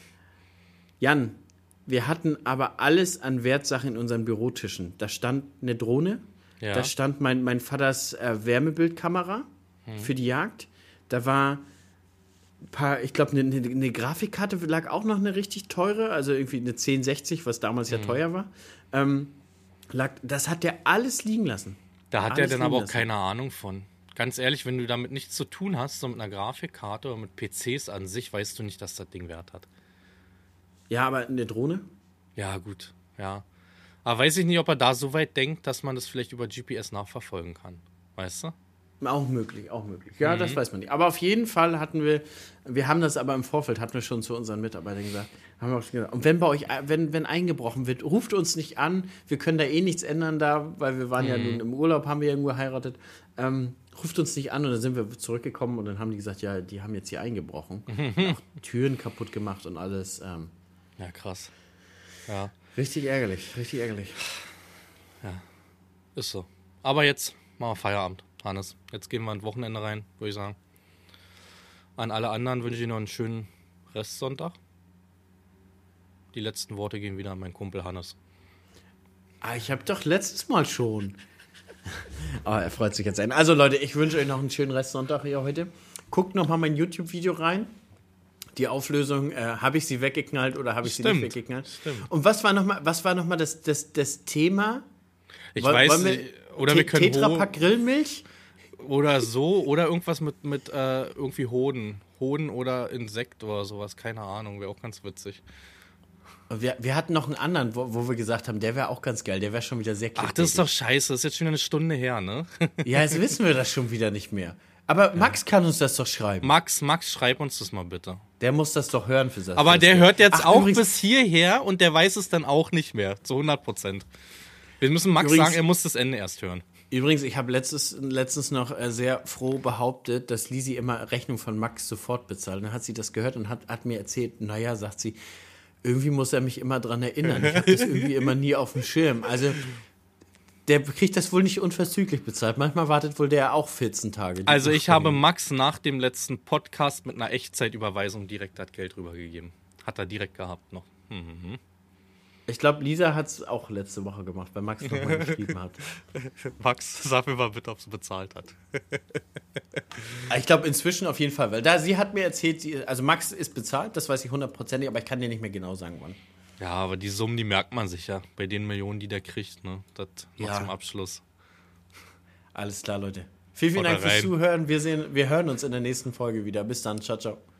Jan, wir hatten aber alles an Wertsachen in unseren Bürotischen. Da stand eine Drohne, Ja. da stand mein, mein Vaters äh, Wärmebildkamera für die Jagd. Da war ein paar, ich glaube, eine, eine, eine Grafikkarte lag auch noch eine richtig teure, also irgendwie eine zehn sechzig, was damals ja teuer war. Ähm, lag, das hat der alles liegen lassen. Da hat er Alles dann liegen aber auch lassen. keine Ahnung von. Ganz ehrlich, wenn du damit nichts zu tun hast, so mit einer Grafikkarte oder mit P Cs an sich, weißt du nicht, dass das Ding Wert hat. Ja, aber eine Drohne? Ja, gut, ja. Aber weiß ich nicht, ob er da so weit denkt, dass man das vielleicht über G P S nachverfolgen kann. Weißt du? Auch möglich, auch möglich. Ja, Mhm. das weiß man nicht. Aber auf jeden Fall hatten wir, wir haben das aber im Vorfeld, hatten wir schon zu unseren Mitarbeitern gesagt, haben wir auch schon gesagt, und wenn bei euch, wenn, wenn eingebrochen wird, ruft uns nicht an, wir können da eh nichts ändern da, weil wir waren Mhm. ja nun im Urlaub, haben wir irgendwo geheiratet, ähm, ruft uns nicht an und dann sind wir zurückgekommen und dann haben die gesagt, ja, die haben jetzt hier eingebrochen, auch Türen kaputt gemacht und alles. Ähm, Ja, krass. Ja, richtig ärgerlich, richtig ärgerlich. ist so. Aber jetzt machen wir Feierabend, Hannes. Jetzt gehen wir ins Wochenende rein, würde ich sagen. An alle anderen wünsche ich noch einen schönen Restsonntag. Die letzten Worte gehen wieder an meinen Kumpel Hannes. Ah, ich habe doch letztes Mal schon. Aber er freut sich jetzt ein. Also Leute, ich wünsche euch noch einen schönen Restsonntag hier heute. Guckt noch mal mein YouTube-Video rein. Die Auflösung, äh, habe ich sie weggeknallt oder habe ich Stimmt. sie nicht weggeknallt? Stimmt. Und was war noch mal, was war noch mal das, das, das Thema? Ich Woll- weiß wollen nicht. Oder Te- wir können Tetrapack Grillmilch? Ho- oder so, oder irgendwas mit, mit äh, irgendwie Hoden. Hoden oder Insekt oder sowas, keine Ahnung, wäre auch ganz witzig. Wir, wir hatten noch einen anderen, wo, wo wir gesagt haben, der wäre auch ganz geil, der wäre schon wieder sehr Ach, das ist doch scheiße, das ist jetzt schon eine Stunde her, ne? Ja, jetzt wissen wir das schon wieder nicht mehr. Aber Max kann uns das doch schreiben. Max, Max, schreib uns das mal bitte. Der muss das doch hören für das. Aber der hört jetzt Ach, auch übrigens- bis hierher und der weiß es dann auch nicht mehr, zu hundert Prozent. Wir müssen Max Übrigens- sagen, er muss das Ende erst hören. Übrigens, ich habe letztes, letztens noch äh, sehr froh behauptet, dass Lisi immer Rechnung von Max sofort bezahlt. Dann hat sie das gehört und hat, hat mir erzählt, naja, sagt sie, irgendwie muss er mich immer dran erinnern. Ich habe das irgendwie immer nie auf dem Schirm. Also, der kriegt das wohl nicht unverzüglich bezahlt. Manchmal wartet wohl der auch vierzehn Tage. Also ich habe Max nach dem letzten Podcast mit einer Echtzeitüberweisung direkt das Geld rübergegeben. Hat er direkt gehabt noch. Mhm. Ich glaube, Lisa hat es auch letzte Woche gemacht, weil Max nochmal geschrieben hat. Max, sag mir mal bitte, ob sie bezahlt hat. Ich glaube inzwischen auf jeden Fall, weil da sie hat mir erzählt, sie, also Max ist bezahlt, das weiß ich hundertprozentig, aber ich kann dir nicht mehr genau sagen, wann. Ja, aber die Summen, die merkt man sich ja. Bei den Millionen, die der kriegt, ne? Das noch Ja. zum Abschluss. Alles klar, Leute. Vielen, vielen Haut Dank fürs rein. Zuhören. Wir, sehen, wir hören uns in der nächsten Folge wieder. Bis dann. Ciao, ciao.